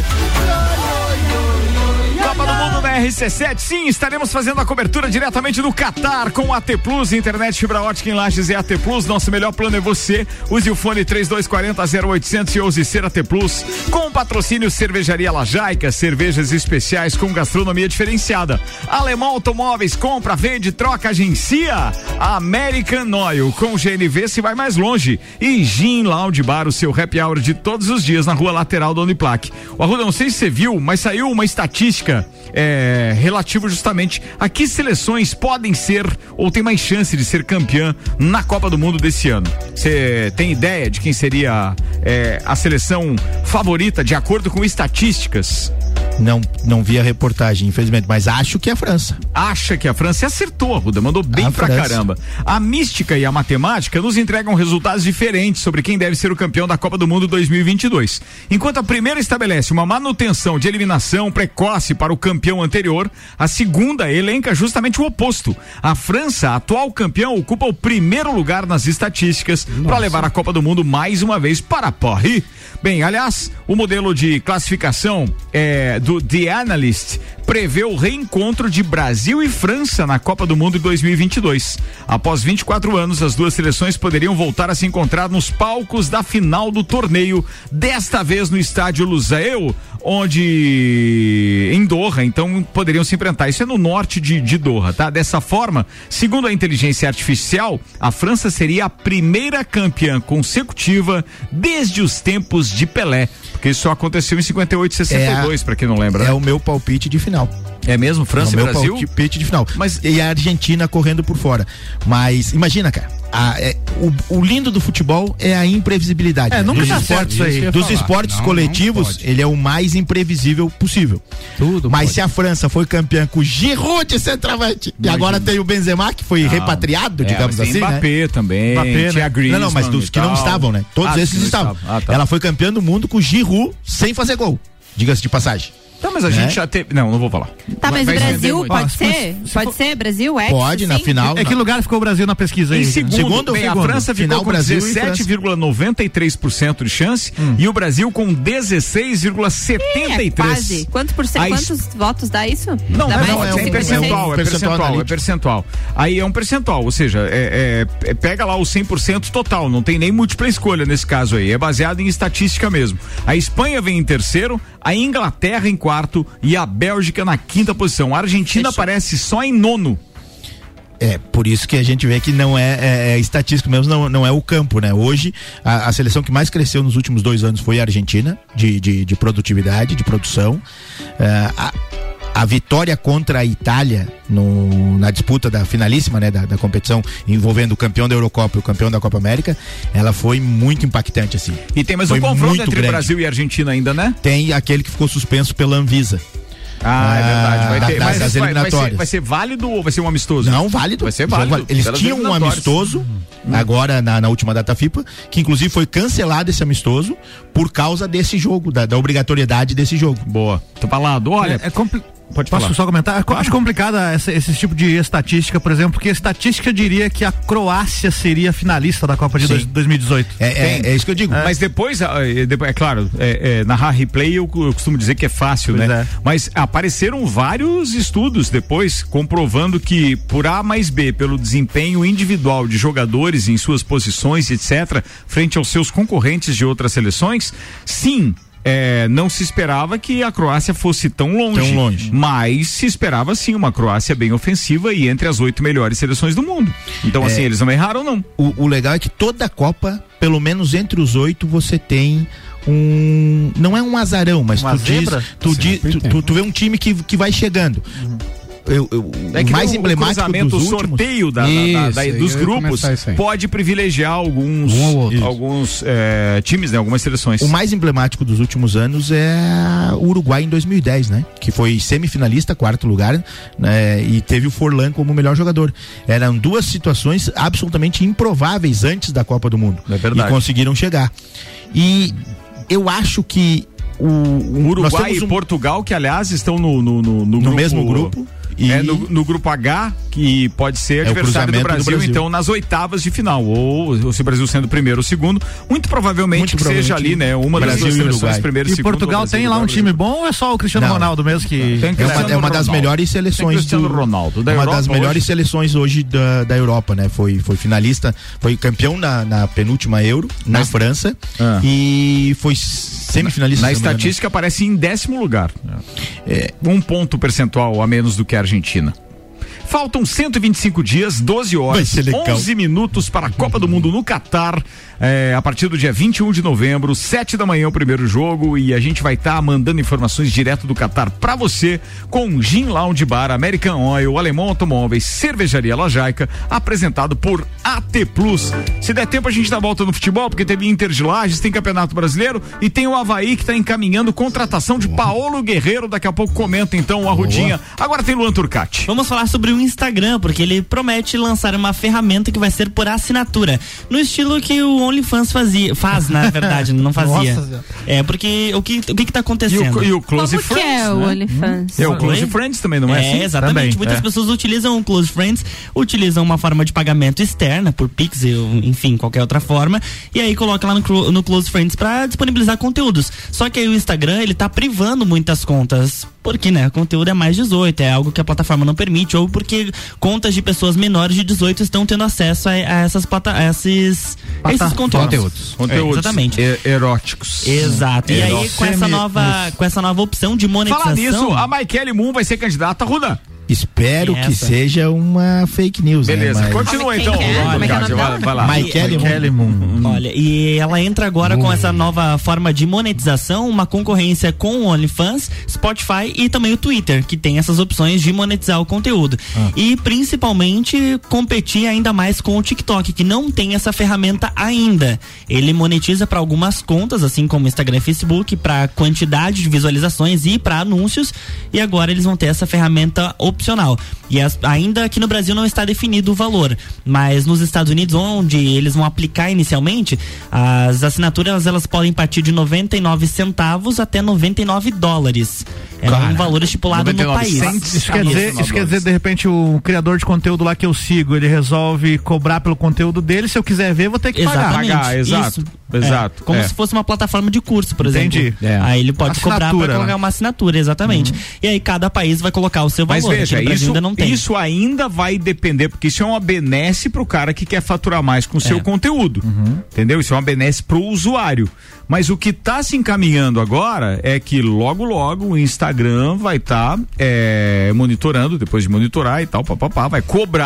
Copa do Mundo na R C sete, sim, estaremos fazendo a cobertura diretamente do Catar com a T Plus, internet fibra ótica em Lages é a T Plus, nosso melhor plano é você, use o fone trinta e dois quarenta, zero oitocentos e ouse ser a T Plus, com patrocínio Cervejaria Lajaica, cervejas especiais com gastronomia diferenciada, Alemão Automóveis, compra, vende, troca, agencia, American Oil, com G N V se vai mais longe, e Gin Lounge Bar, o seu happy hour de todos os dias na rua lateral da Uniplac. O Arruda, não sei se você viu, mas saiu uma estatística É, relativo justamente a que seleções podem ser ou tem mais chance de ser campeã na Copa do Mundo desse ano. Você tem ideia de quem seria é, a seleção favorita de acordo com estatísticas? Não, não vi a reportagem, infelizmente, mas acho que é a França. Acha que a França acertou, Arruda, mandou bem A pra França. caramba. A mística e a matemática nos entregam resultados diferentes sobre quem deve ser o campeão da Copa do Mundo dois mil e vinte e dois. Enquanto a primeira estabelece uma manutenção de eliminação precoce para o campeão anterior, a segunda elenca justamente o oposto. A França, atual campeão, ocupa o primeiro lugar nas estatísticas para levar a Copa do Mundo mais uma vez para Paris. Bem, aliás, o modelo de classificação é, do The Analyst prevê o reencontro de Brasil e França na Copa do Mundo de dois mil e vinte e dois. Após vinte e quatro anos, as duas seleções poderiam voltar a se encontrar nos palcos da final do torneio, desta vez no estádio Lusail, onde em Doha, então poderiam se enfrentar. Isso é no norte de, de Doha, tá? Dessa forma, segundo a inteligência artificial, a França seria a primeira campeã consecutiva desde os tempos de Pelé, porque isso só aconteceu em cinquenta e oito e sessenta e dois, É a- para quem não lembra. É né? o meu palpite de final. É mesmo? França é o e meu Brasil? palpite de final. Mas e a Argentina correndo por fora. Mas imagina, cara, a- é- o, o lindo do futebol é a imprevisibilidade. É, né? nunca dos dá esportes, certo isso aí. dos Isso que eu ia esportes falar. coletivos, ele é o mais imprevisível possível. Tudo. Mas pode. se a França foi campeã com Giroud de centroavante e agora tem o Benzema que foi Não. repatriado, É, digamos mas tem assim, Mbappé né? também, Mbappé, tinha né? Griezmann Não, não, mas dos e que não tal. estavam, né? Todos Ah, esses que não estavam. estavam. Ah, tá. Ela foi campeã do mundo com Giroud sem fazer gol. Diga-se de passagem. Tá, mas a Né? gente já teve. Não, não vou falar. Tá, mas o Vai- vai Brasil vender pode muito. ser? se Pode for- ser? Brasil é? Pode, na final. É que lugar ficou o Brasil na pesquisa aí? Em segundo, Segundo ou bem, segundo? a França ficou Final, com Brasil e dezessete vírgula noventa e três por cento de chance e o Brasil com dezesseis vírgula setenta e três por cento. É quase. Quantos por cento? A es- Quantos votos dá isso? Não, dá não, mais não, de é, um cinquenta e seis? percentual, é percentual percentual, é analítico. percentual. Aí é um percentual, ou seja, é, é- é- pega lá o cem por cento total, não tem nem múltipla escolha nesse caso aí, é baseado em estatística mesmo. A Espanha vem em terceiro, a Inglaterra em quarto e a Bélgica na quinta posição. A Argentina aparece só em nono. É, por isso que a gente vê que não é, é, é estatístico mesmo, não, não é o campo, né? Hoje, a, a seleção que mais cresceu nos últimos dois anos foi a Argentina, de, de, de produtividade, de produção. É, a, a vitória contra a Itália no, na disputa da finalíssima, né, da, da competição envolvendo o campeão da Eurocopa e o campeão da Copa América, ela foi muito impactante, assim. E tem mais um confronto entre grande. Brasil e Argentina ainda, né? Tem aquele que ficou suspenso pela Anvisa. Ah, é verdade. Vai ter, das, mas das vai, eliminatórias. vai, ser, vai ser válido ou vai ser um amistoso? Não, válido. Vai ser válido. Eles tinham um amistoso hum. agora na, na última data FIFA, que inclusive foi cancelado esse amistoso por causa desse jogo, da, da obrigatoriedade desse jogo. Boa. Tô falando, olha. É, é complicado. Pode Posso falar. só comentar? Eu acho complicada essa, esse tipo de estatística, por exemplo, porque a estatística diria que a Croácia seria finalista da Copa de dois, dois mil e dezoito. É, é, é isso que eu digo. É. Mas depois, é, é claro, é, é, narrar replay eu, eu costumo dizer que é fácil, pois né? É. Mas apareceram vários estudos depois comprovando que por A mais B, pelo desempenho individual de jogadores em suas posições, etcétera, frente aos seus concorrentes de outras seleções, sim. É, não se esperava que a Croácia fosse tão longe, tão longe, mas se esperava sim uma Croácia bem ofensiva e entre as oito melhores seleções do mundo. Então é, assim, eles não erraram não. O, o legal é que toda a Copa, pelo menos entre os oito, você tem um, não é um azarão, mas uma tu diz, tu, diz tu, tu, tu vê um time que, que vai chegando. Uhum. Eu, eu, é que mais o, emblemático o dos o sorteio da, Isso, da, da, da, dos grupos pode privilegiar alguns um alguns é, times, né, algumas seleções. O mais emblemático dos últimos anos é o Uruguai em dois mil e dez, né? Que foi semifinalista, quarto lugar, né? E teve o Forlan como melhor jogador. Eram duas situações absolutamente improváveis antes da Copa do Mundo. É verdade. E conseguiram chegar. E eu acho que o, o Uruguai e um... Portugal, que aliás estão no, no, no, no, no grupo, mesmo grupo. E é no, no grupo H, que pode ser é adversário do Brasil, do Brasil, então nas oitavas de final, ou, ou se o Brasil sendo o primeiro ou segundo, muito provavelmente muito que provavelmente seja ali, né, uma das duas seleções, primeiro e segundo. E Portugal tem lá um time bom ou é só o Cristiano Não. Ronaldo mesmo que... Tem é, uma, é uma das melhores seleções do, Ronaldo, da uma Europa das melhores hoje. seleções hoje da, da Europa, né, foi, foi finalista, foi campeão na, na penúltima Euro, na Mas, França, ah. e foi semifinalista. Na, na estatística aparece em décimo lugar, é. um ponto percentual a menos do que a Argentina. Faltam cento e vinte e cinco dias, doze horas, onze minutos para a Copa do Mundo no Catar. É, a partir do dia vinte e um de novembro, sete da manhã, o primeiro jogo, e a gente vai estar tá mandando informações direto do Catar para você com Gin Lounge Bar, American Oil, Alemão Automóveis, Cervejaria Lajaica, apresentado por A T Plus. Se der tempo, a gente dá volta no futebol, porque teve Inter de Lages, tem Campeonato Brasileiro e tem o Avaí que está encaminhando contratação de Paulo Guerreiro. Daqui a pouco comenta então a Rudinha. Agora tem Luan Turcati. Vamos falar sobre o Instagram, porque ele promete lançar uma ferramenta que vai ser por assinatura, no estilo que o OnlyFans fazia, faz, na verdade, não fazia. Nossa, é, porque o que o que, que tá acontecendo? E o, e o Close Como Friends, que é o né? OnlyFans? É, o Close Oi? Friends também, não é, é assim? Exatamente, também, muitas é. pessoas utilizam o Close Friends, utilizam uma forma de pagamento externa, por Pix, enfim, qualquer outra forma, e aí coloca lá no, no Close Friends pra disponibilizar conteúdos. Só que aí o Instagram, ele tá privando muitas contas, porque, né, o conteúdo é mais dezoito, é algo que a plataforma não permite, ou porque contas de pessoas menores de dezoito estão tendo acesso a, a essas plata, a esses, a esses conteúdos. Conteúdos. Conteúdos. É, exatamente. E, eróticos. Exato. E aí, com essa nova, com essa nova opção de monetização. Fala nisso, a Maikele Moon vai ser candidata a Ruda. Espero que seja uma fake news. Beleza, né? Mas... continua então. É? Olha, é vai, vai lá. Maikele Moon. Olha, e ela entra agora com essa nova forma de monetização, uma concorrência com o OnlyFans, Spotify e também o Twitter, que tem essas opções de monetizar o conteúdo. Ah. E principalmente competir ainda mais com o TikTok, que não tem essa ferramenta ainda. Ele monetiza para algumas contas, assim como Instagram e Facebook, para quantidade de visualizações e para anúncios, e agora eles vão ter essa ferramenta opcional. E as, ainda aqui no Brasil não está definido o valor, mas nos Estados Unidos, onde eles vão aplicar inicialmente, as assinaturas elas podem partir de noventa e nove centavos até noventa e nove dólares. É um valor estipulado no país. Cents, isso quer dizer, isso quer dizer, de repente, o criador de conteúdo lá que eu sigo, ele resolve cobrar pelo conteúdo dele, se eu quiser ver, vou ter que Exatamente. pagar. pagar exato. Isso. Exato. É, como é. se fosse uma plataforma de curso, por Entendi. exemplo. É. Aí ele pode assinatura, cobrar para colocar né? uma assinatura, exatamente. Uhum. E aí cada país vai colocar o seu valor. Mas veja, isso ainda, não tem. isso ainda vai depender, porque isso é uma benesse pro cara que quer faturar mais com o seu É. conteúdo. Uhum. Entendeu? Isso é uma benesse pro usuário. Mas o que está se encaminhando agora é que logo, logo o Instagram vai estar tá, é, monitorando, depois de monitorar e tal, papapá, vai cobrar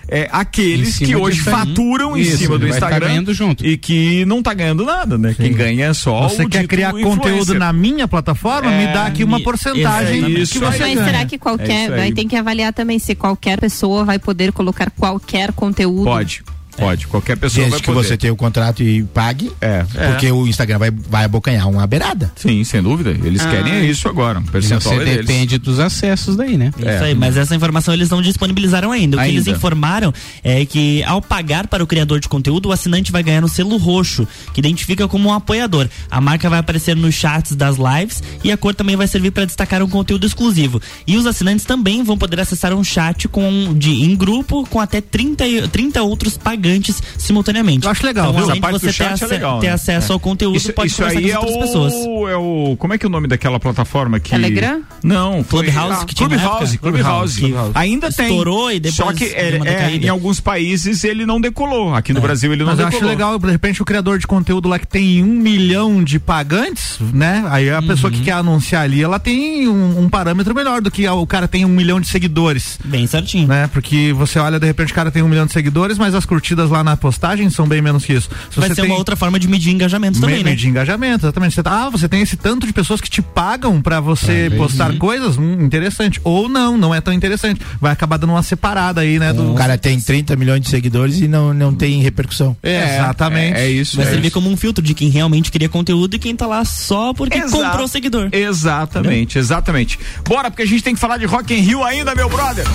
é, aqueles que hoje faturam em cima do Instagram junto. e que não tá ganhando nada, né? Sim. Quem ganha é só Você o quer criar conteúdo na minha plataforma? É, me dá aqui uma porcentagem. É isso, que você aí. Mas será que qualquer, é vai ter que avaliar também se qualquer pessoa vai poder colocar qualquer conteúdo? Pode. Pode, qualquer pessoa Desde vai que poder. você tenha o contrato e pague, é, porque é. o Instagram vai, vai abocanhar uma beirada. Sim, sem dúvida. Eles ah. querem isso agora. Um percentual você deles. Depende dos acessos daí, né? Isso é. aí, mas essa informação eles não disponibilizaram ainda. O que ainda. eles informaram é que ao pagar para o criador de conteúdo, o assinante vai ganhar um selo roxo, que identifica como um apoiador. A marca vai aparecer nos chats das lives e a cor também vai servir para destacar um conteúdo exclusivo. E os assinantes também vão poder acessar um chat com, de, em grupo com até trinta, trinta outros pagantes simultaneamente. Eu acho legal, então, viu? Além de você ter, ac- é legal, ter né? acesso é. ao conteúdo, isso, pode isso aí é o, pessoas. é o. Como é que é o nome daquela plataforma que. Telegram? Não, Clubhouse foi, que tinha Clubhouse, Clubhouse. Clubhouse. Ainda tem. Estourou e depois. Só que é, é, em alguns países ele não decolou. Aqui no é. Brasil ele não Mas decolou. Mas eu acho legal, de repente, o criador de conteúdo lá que tem um milhão de pagantes, né? Aí a uhum. pessoa que quer anunciar ali, ela tem um, um parâmetro melhor do que o cara tem um milhão de seguidores. Bem certinho. Né? Porque você olha, de repente, o cara tem um milhão de seguidores, mas as curtidas lá na postagem são bem menos que isso. Se Vai você ser tem... uma outra forma de medir engajamento também, Me, né? Medir engajamento, exatamente. Você tá, ah, você tem esse tanto de pessoas que te pagam pra você ah, postar uhum. coisas, hum, interessante. Ou não, não é tão interessante. Vai acabar dando uma separada aí, né? Do... O cara tem trinta milhões de seguidores e não, não tem repercussão. É, exatamente. É, é isso. Vai é servir isso. como um filtro de quem realmente queria conteúdo e quem tá lá só porque Exato. comprou seguidor. Exatamente, exatamente. Bora, porque a gente tem que falar de Rock in Rio ainda, meu brother.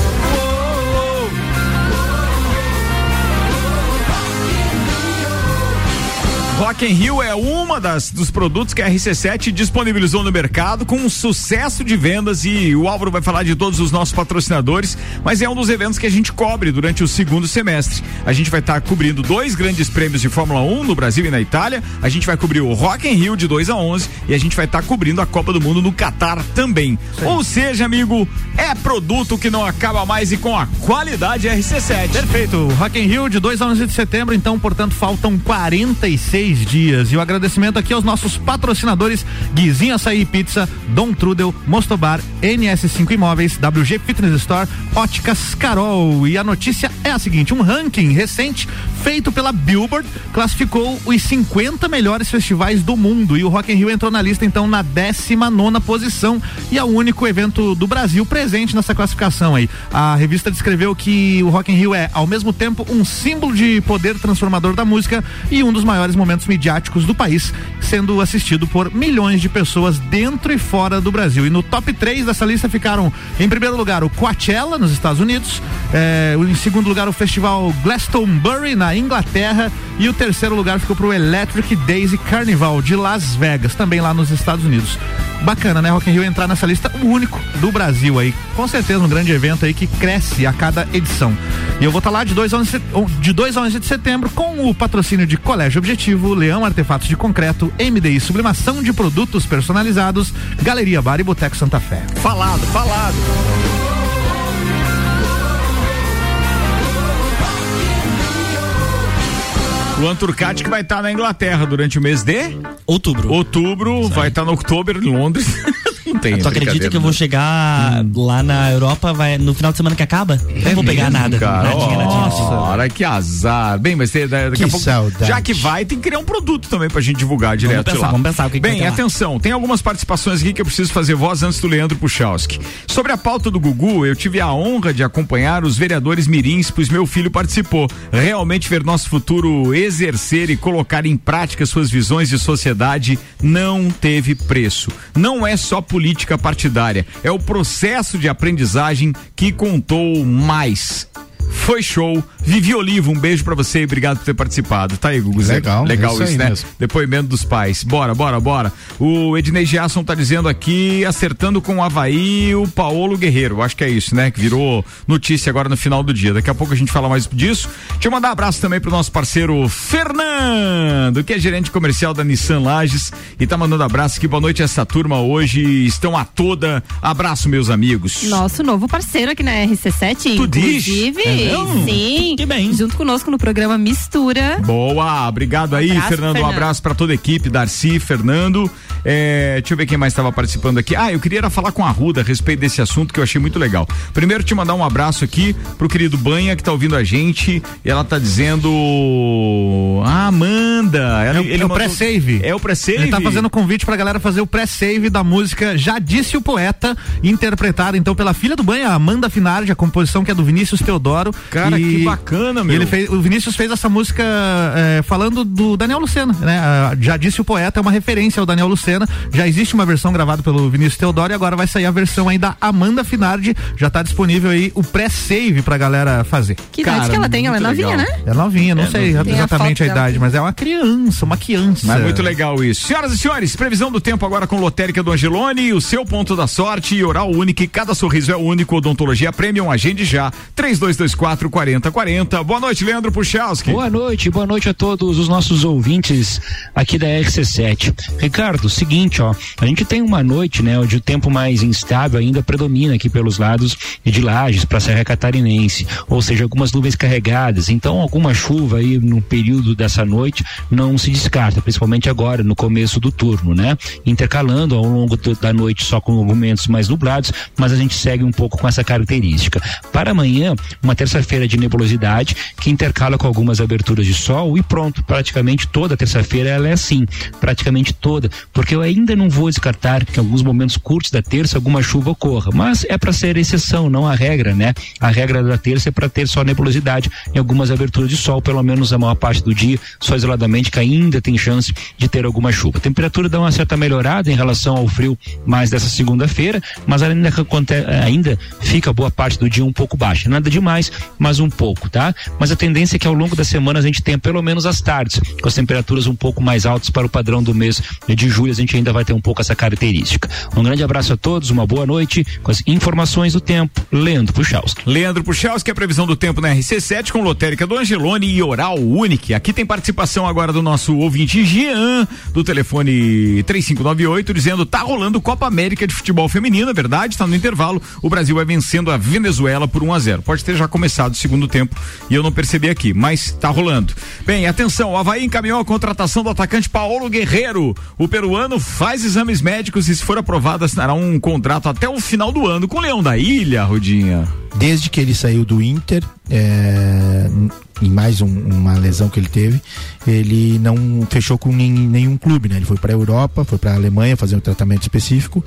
Rock in Rio é uma das dos produtos que a R C sete disponibilizou no mercado com um sucesso de vendas e o Álvaro vai falar de todos os nossos patrocinadores, mas é um dos eventos que a gente cobre durante o segundo semestre. A gente vai estar tá cobrindo dois grandes prêmios de Fórmula um no Brasil e na Itália, a gente vai cobrir o Rock in Rio de dois a onze e a gente vai estar tá cobrindo a Copa do Mundo no Catar também. Sim. Ou seja, amigo, é produto que não acaba mais e com a qualidade R C sete. Perfeito. Rock in Rio de dois a onze de setembro, então, portanto, faltam quarenta e seis dias. E o agradecimento aqui aos nossos patrocinadores: Guizinho Açaí e Pizza, Dom Trudel, Mostobar, N S cinco Imóveis, W G Fitness Store, Óticas Carol. E a notícia é a seguinte: um ranking recente feito pela Billboard classificou os cinquenta melhores festivais do mundo e o Rock in Rio entrou na lista então na décima nona posição e é o único evento do Brasil presente nessa classificação aí. A revista descreveu que o Rock in Rio é ao mesmo tempo um símbolo de poder transformador da música e um dos maiores momentos midiáticos do país, sendo assistido por milhões de pessoas dentro e fora do Brasil. E no top três dessa lista ficaram, em primeiro lugar, o Coachella, nos Estados Unidos, eh, em segundo lugar, o festival Glastonbury, na Inglaterra, e o terceiro lugar ficou pro Electric Daisy Carnival, de Las Vegas, também lá nos Estados Unidos. Bacana, né? Rock in Rio entrar nessa lista, o único do Brasil aí. Com certeza um grande evento aí que cresce a cada edição. E eu vou estar lá de dois a onze de setembro com o patrocínio de Colégio Objetivo, Leão Artefatos de Concreto, M D I Sublimação de Produtos Personalizados, Galeria Bar e Boteco Santa Fé. Falado, falado. Luan Turcati que vai estar tá na Inglaterra durante o mês de outubro. Outubro, Sim. vai estar tá no outubro em Londres. Não tem. Tu acredita que eu vou chegar hum. lá na Europa vai, no final de semana que acaba? É não vou pegar mesmo, nada. Cara. Nadinha, Nossa, nadinha. Cara, que azar. Bem, mas daqui que a pouco, saudade. já que vai, tem que criar um produto também pra gente divulgar direto vamos pensar, lá. Vamos pensar o que Bem, que vai atenção, lá. Tem algumas participações aqui que eu preciso fazer voz antes do Leandro Puchalski. Sobre a pauta do Gugu, eu tive a honra de acompanhar os vereadores mirins, pois meu filho participou. Realmente ver nosso futuro exercer e colocar em prática suas visões de sociedade não teve preço. Não é só política partidária, é o processo de aprendizagem que contou mais. Foi show. Vivi Olivo, um beijo pra você e obrigado por ter participado. Tá aí, Gugu. Legal, legal isso, isso né? Mesmo. Depoimento dos pais. Bora, bora, bora. O Ednei Giasson tá dizendo aqui, acertando com o Avaí, o Paulo Guerreiro. Acho que é isso, né? Que virou notícia agora no final do dia. Daqui a pouco a gente fala mais disso. Deixa eu mandar um abraço também pro nosso parceiro Fernando, que é gerente comercial da Nissan Lages e tá mandando abraço aqui. Boa noite a essa turma hoje. Estão a toda. Abraço, meus amigos. Nosso novo parceiro aqui na R C sete, tu inclusive. Diz? Não. Sim. Que bem. Junto conosco no programa Mistura. Boa, obrigado aí, abraço, Fernando. Fernando. Um abraço pra toda a equipe, Darcy, Fernando. É, deixa eu ver quem mais estava participando aqui. Ah, eu queria era falar com a Ruda a respeito desse assunto que eu achei muito legal. Primeiro, te mandar um abraço aqui pro querido Banha, que tá ouvindo a gente. E ela tá dizendo. Ah, Amanda. Ela, é, ele é o mandou... pré-save. É o pré-save? Ele tá fazendo convite pra galera fazer o pré-save da música Já Disse o Poeta, interpretada então pela filha do Banha, Amanda Finardi, a composição que é do Vinícius Teodoro. Cara, e, que bacana, meu. E ele fez, o Vinícius fez essa música é, falando do Daniel Lucena, né? Já Disse o Poeta é uma referência ao Daniel Lucena. Já existe uma versão gravada pelo Vinícius Teodoro e agora vai sair a versão aí da Amanda Finardi. Já tá disponível aí o pré-save pra galera fazer. Que idade Cara, que ela tem? Ela é novinha, legal. né? É novinha, não é sei novinha. exatamente a, a idade, dela. mas é uma criança, uma criança. Mas muito legal isso. Senhoras e senhores, previsão do tempo agora com Lotérica do Angelone, o seu ponto da sorte e Oral Unique, cada sorriso é único, Odontologia Premium, agende já, três dois dois quatro, quatro zero quatro zero. Boa noite, Leandro Puchalski. Boa noite, boa noite a todos os nossos ouvintes aqui da R C sete. Ricardo, seguinte, ó, a gente tem uma noite, né, onde o tempo mais instável ainda predomina aqui pelos lados de Lages para a Serra Catarinense, ou seja, algumas nuvens carregadas, então alguma chuva aí no período dessa noite não se descarta, principalmente agora no começo do turno, né? Intercalando ao longo do, da noite só com momentos mais nublados, mas a gente segue um pouco com essa característica. Para amanhã, uma terça-feira de nebulosidade que intercala com algumas aberturas de sol e pronto, praticamente toda terça-feira ela é assim, praticamente toda, porque eu ainda não vou descartar que em alguns momentos curtos da terça alguma chuva ocorra, mas é para ser exceção, não a regra, né? A regra da terça é para ter só nebulosidade em algumas aberturas de sol, pelo menos a maior parte do dia, só isoladamente que ainda tem chance de ter alguma chuva. A temperatura dá uma certa melhorada em relação ao frio mais dessa segunda-feira, mas ainda, ainda fica boa parte do dia um pouco baixa. Nada demais, mas um pouco, tá? Mas a tendência é que ao longo da semana a gente tenha pelo menos as tardes, com as temperaturas um pouco mais altas para o padrão do mês de julho, a gente ainda vai ter um pouco essa característica. Um grande abraço a todos, uma boa noite, com as informações do tempo, Leandro Puchalski. Leandro Puchalski, a previsão do tempo na R C sete com Lotérica do Angelone e Oral Unique. Aqui tem participação agora do nosso ouvinte Jean, do telefone três cinco nove oito, dizendo: tá rolando Copa América de futebol feminino, é verdade, tá no intervalo, o Brasil vai vencendo a Venezuela por um a zero. Pode ter já começado o segundo tempo e eu não percebi aqui, mas tá rolando. Bem, atenção, o Avaí encaminhou a contratação do atacante Paulo Guerreiro. O peruano faz exames médicos e, se for aprovado, assinará um contrato até o final do ano com o Leão da Ilha, Rodinha. Desde que ele saiu do Inter, é, em mais um, uma lesão que ele teve, ele não fechou com nem, nenhum clube, né? Ele foi para a Europa, foi para a Alemanha fazer um tratamento específico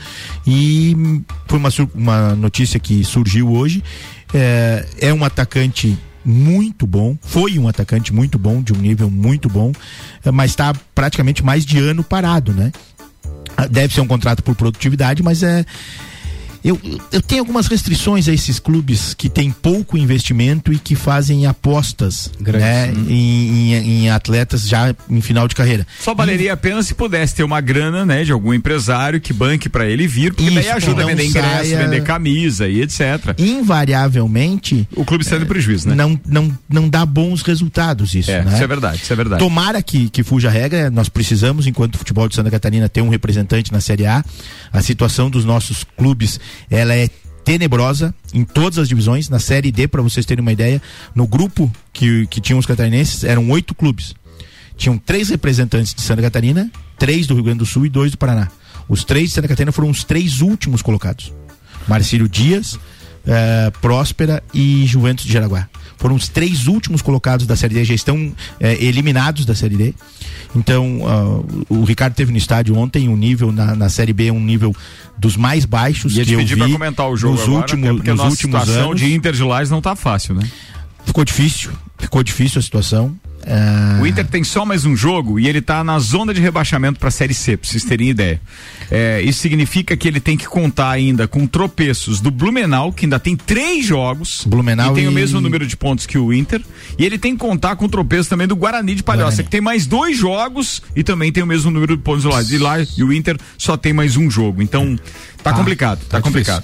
e foi uma, uma notícia que surgiu hoje. É, é um atacante muito bom, foi um atacante muito bom, de um nível muito bom, mas está praticamente mais de ano parado, né? Deve ser um contrato por produtividade, mas é Eu, eu tenho algumas restrições a esses clubes que têm pouco investimento e que fazem apostas, né, em, em, em atletas já em final de carreira. Só valeria a pena se pudesse ter uma grana, né, de algum empresário que banque pra ele vir, porque Isso, daí ajuda a vender ingresso, saia... vender camisa e etcétera. Invariavelmente o clube sai do prejuízo, né? Não, não, não dá bons resultados isso, é, né? Isso é verdade, isso é verdade. Tomara que, que fuja a regra, nós precisamos, enquanto o futebol de Santa Catarina, ter um representante na Série A. A situação dos nossos clubes, ela é tenebrosa em todas as divisões. Na Série D, para vocês terem uma ideia, no grupo que, que tinham os catarinenses, eram oito clubes. Tinham três representantes de Santa Catarina, três do Rio Grande do Sul e dois do Paraná. Os três de Santa Catarina foram os três últimos colocados. Marcílio Dias, eh, Próspera e Juventus de Jaraguá. Foram os três últimos colocados da Série D, já estão eh, eliminados da Série D. Então, uh, o Ricardo teve no estádio ontem, um nível na, na Série B, um nível dos mais baixos e que eu vi pra comentar o jogo nos agora, últimos, porque nos a nossa últimos situação anos. De Inter de Lages não tá fácil, né? Ficou difícil, ficou difícil a situação. Uh... O Inter tem só mais um jogo e ele tá na zona de rebaixamento pra Série C, pra vocês terem ideia. É, isso significa que ele tem que contar ainda com tropeços do Blumenau, que ainda tem três jogos Blumenau e tem e... o mesmo número de pontos que o Inter, e ele tem que contar com tropeços também do Guarani de Palhoça, Guarani. Que tem mais dois jogos e também tem o mesmo número de pontos lá. E lá e o Inter só tem mais um jogo, então tá ah, complicado, tá, tá complicado.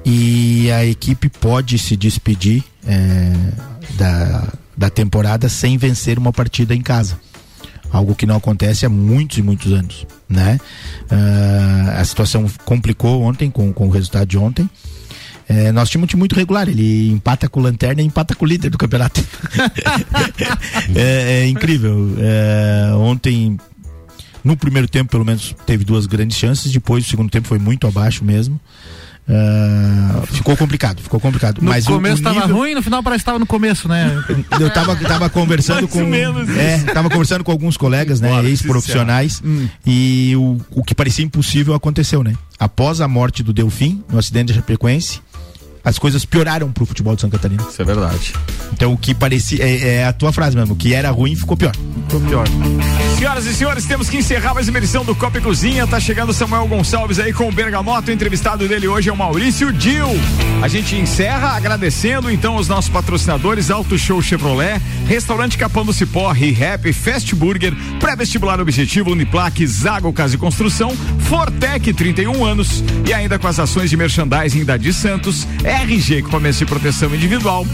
E a equipe pode se despedir é, da da temporada sem vencer uma partida em casa, algo que não acontece há muitos e muitos anos, né? Uh, a situação complicou ontem com, com o resultado de ontem, É, nosso time é um time muito regular, ele empata com o Lanterna e empata com o líder do campeonato. é, é incrível. É, ontem, no primeiro tempo, pelo menos, teve duas grandes chances, depois o segundo tempo foi muito abaixo mesmo. Uh, ficou complicado, ficou complicado. No Mas começo o, o tava nível... ruim, no final parece que tava no começo, né? Eu tava, tava conversando com é, tava conversando com alguns colegas, né, ex-profissionais, hum. e o, o que parecia impossível aconteceu, né? Após a morte do Delfim, no acidente da Chapecoense, as coisas pioraram pro futebol de Santa Catarina. Isso é verdade. Então o que parecia, é, é a tua frase mesmo, o que era ruim ficou pior. Ficou pior. Senhoras e senhores, temos que encerrar mais uma edição do Copa e Cozinha. Tá chegando o Samuel Gonçalves aí com o Bergamota. O entrevistado dele hoje é o Maurício Dil. A gente encerra agradecendo então os nossos patrocinadores: Auto Show Chevrolet, Restaurante Capão do Cipó, ReHap, Fast Burger, Pré-Vestibular Objetivo, Uniplac, Zago Casa e Construção, Fortec, trinta e um anos, e ainda com as ações de merchandising da Di Santos, R G Equipamentos de Proteção Individual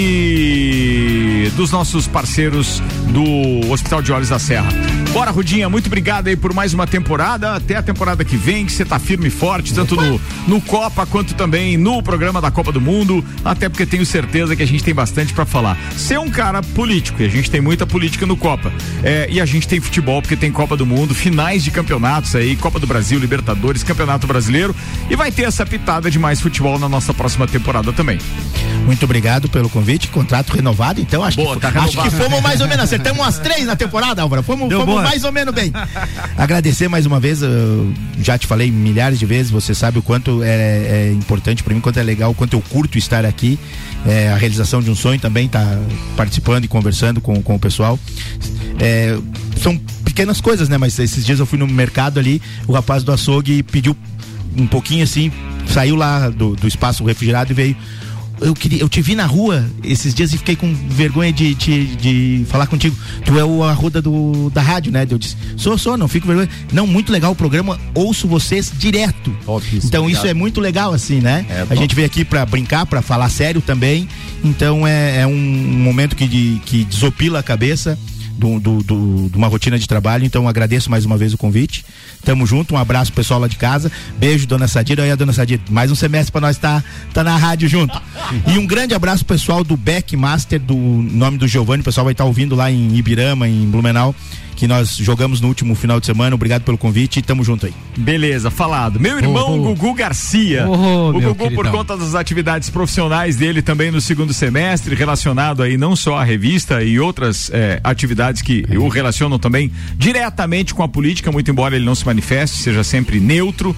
e dos nossos parceiros do Hospital de Olhos da Serra. Bora, Rudinha, muito obrigado aí por mais uma temporada, até a temporada que vem, que você tá firme e forte, tanto no, no Copa quanto também no programa da Copa do Mundo, até porque tenho certeza que a gente tem bastante pra falar. Você é um cara político, e a gente tem muita política no Copa, é, e a gente tem futebol, porque tem Copa do Mundo, finais de campeonatos aí, Copa do Brasil, Libertadores, Campeonato Brasileiro, e vai ter essa pitada de mais futebol na nossa próxima temporada também. Muito obrigado pelo convite, contrato renovado, então acho, Boa, que, tá acho renovado. que fomos mais ou menos, acertamos umas três na temporada, Álvaro, fomos, Deu fomos boa. mais ou menos bem. Agradecer mais uma vez, eu já te falei milhares de vezes, você sabe o quanto é, é importante para mim, quanto é legal, o quanto eu curto estar aqui, é, a realização de um sonho também, tá participando e conversando com, com o pessoal. É, são pequenas coisas, né, mas esses dias eu fui no mercado ali, o rapaz do açougue pediu um pouquinho assim, saiu lá do, do espaço refrigerado e veio: Eu, queria, eu te vi na rua esses dias e fiquei com vergonha de, de, de falar contigo. Tu é o arruda do, da rádio, né? Eu disse: sou, sou, não fico com vergonha. Não, muito legal o programa, ouço vocês direto. Óbvio, então obrigado. Isso é muito legal, assim, né? É, a gente veio aqui pra brincar, pra falar sério também. Então é, é um momento que, de, que desopila a cabeça do, do, do, de uma rotina de trabalho. Então agradeço mais uma vez o convite. Tamo junto, um abraço pro pessoal lá de casa. Beijo, dona Sadira. Olha, dona Sadira, mais um semestre pra nós tá, tá na rádio junto. E um grande abraço pro pessoal do Beck Master, do nome do Giovanni. O pessoal vai estar tá ouvindo lá em Ibirama, em Blumenau, que nós jogamos no último final de semana. Obrigado pelo convite e tamo junto aí. Beleza, falado. Meu irmão oh, oh. Gugu Garcia. Oh, oh, o Gugu, queridão, por conta das atividades profissionais dele também no segundo semestre, relacionado aí não só à revista e outras eh, atividades que é. o relacionam também diretamente com a política, muito embora ele não se manifeste, seja sempre neutro.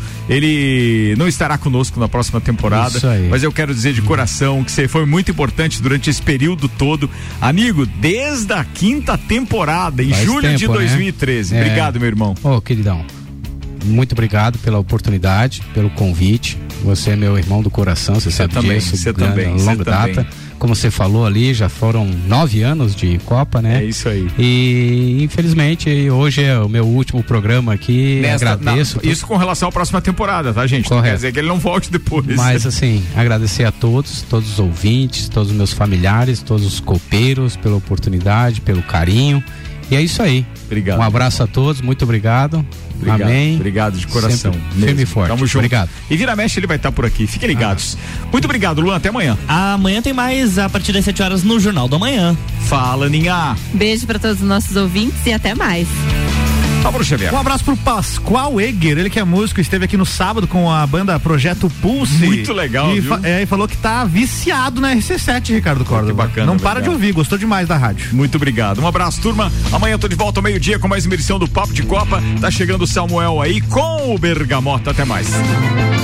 Ele não estará conosco na próxima temporada, mas eu quero dizer de coração que você foi muito importante durante esse período todo. Amigo, desde a quinta temporada, em Faz julho tempo, de dois mil e treze. Né? Obrigado, é. meu irmão. Ô, oh, queridão, muito obrigado pela oportunidade, pelo convite. Você é meu irmão do coração, você, você sabe também, disso. Você também, longa você data. Também. Como você falou ali, já foram nove anos de Copa, né? É isso aí. E infelizmente hoje é o meu último programa aqui. Nesta, agradeço. Não, isso com relação à próxima temporada, tá, gente? Correto. Não quer dizer que ele não volte depois. Mas assim, agradecer a todos, todos os ouvintes, todos os meus familiares, todos os copeiros pela oportunidade, pelo carinho. E é isso aí. Obrigado. Um abraço a todos, muito obrigado. Obrigado, Amém. Obrigado de coração. Firme e forte. Tamo junto. Obrigado. E vira mexe, ele vai estar por aqui. Fiquem ligados. Ah. Muito obrigado, Luan. Até amanhã. Amanhã tem mais a partir das sete horas no Jornal do Amanhã. Fala, Ninha. Beijo para todos os nossos ouvintes e até mais. Um abraço pro Pascoal Eger, ele que é músico, esteve aqui no sábado com a banda Projeto Pulse. Muito legal, e, viu? É, e falou que tá viciado na R C sete, Ricardo Córdova. Que bacana. Não legal. para de ouvir, gostou demais da rádio. Muito obrigado. Um abraço, turma. Amanhã eu tô de volta ao meio-dia com mais uma edição do Papo de Copa. Tá chegando o Samuel aí com o Bergamota. Até mais.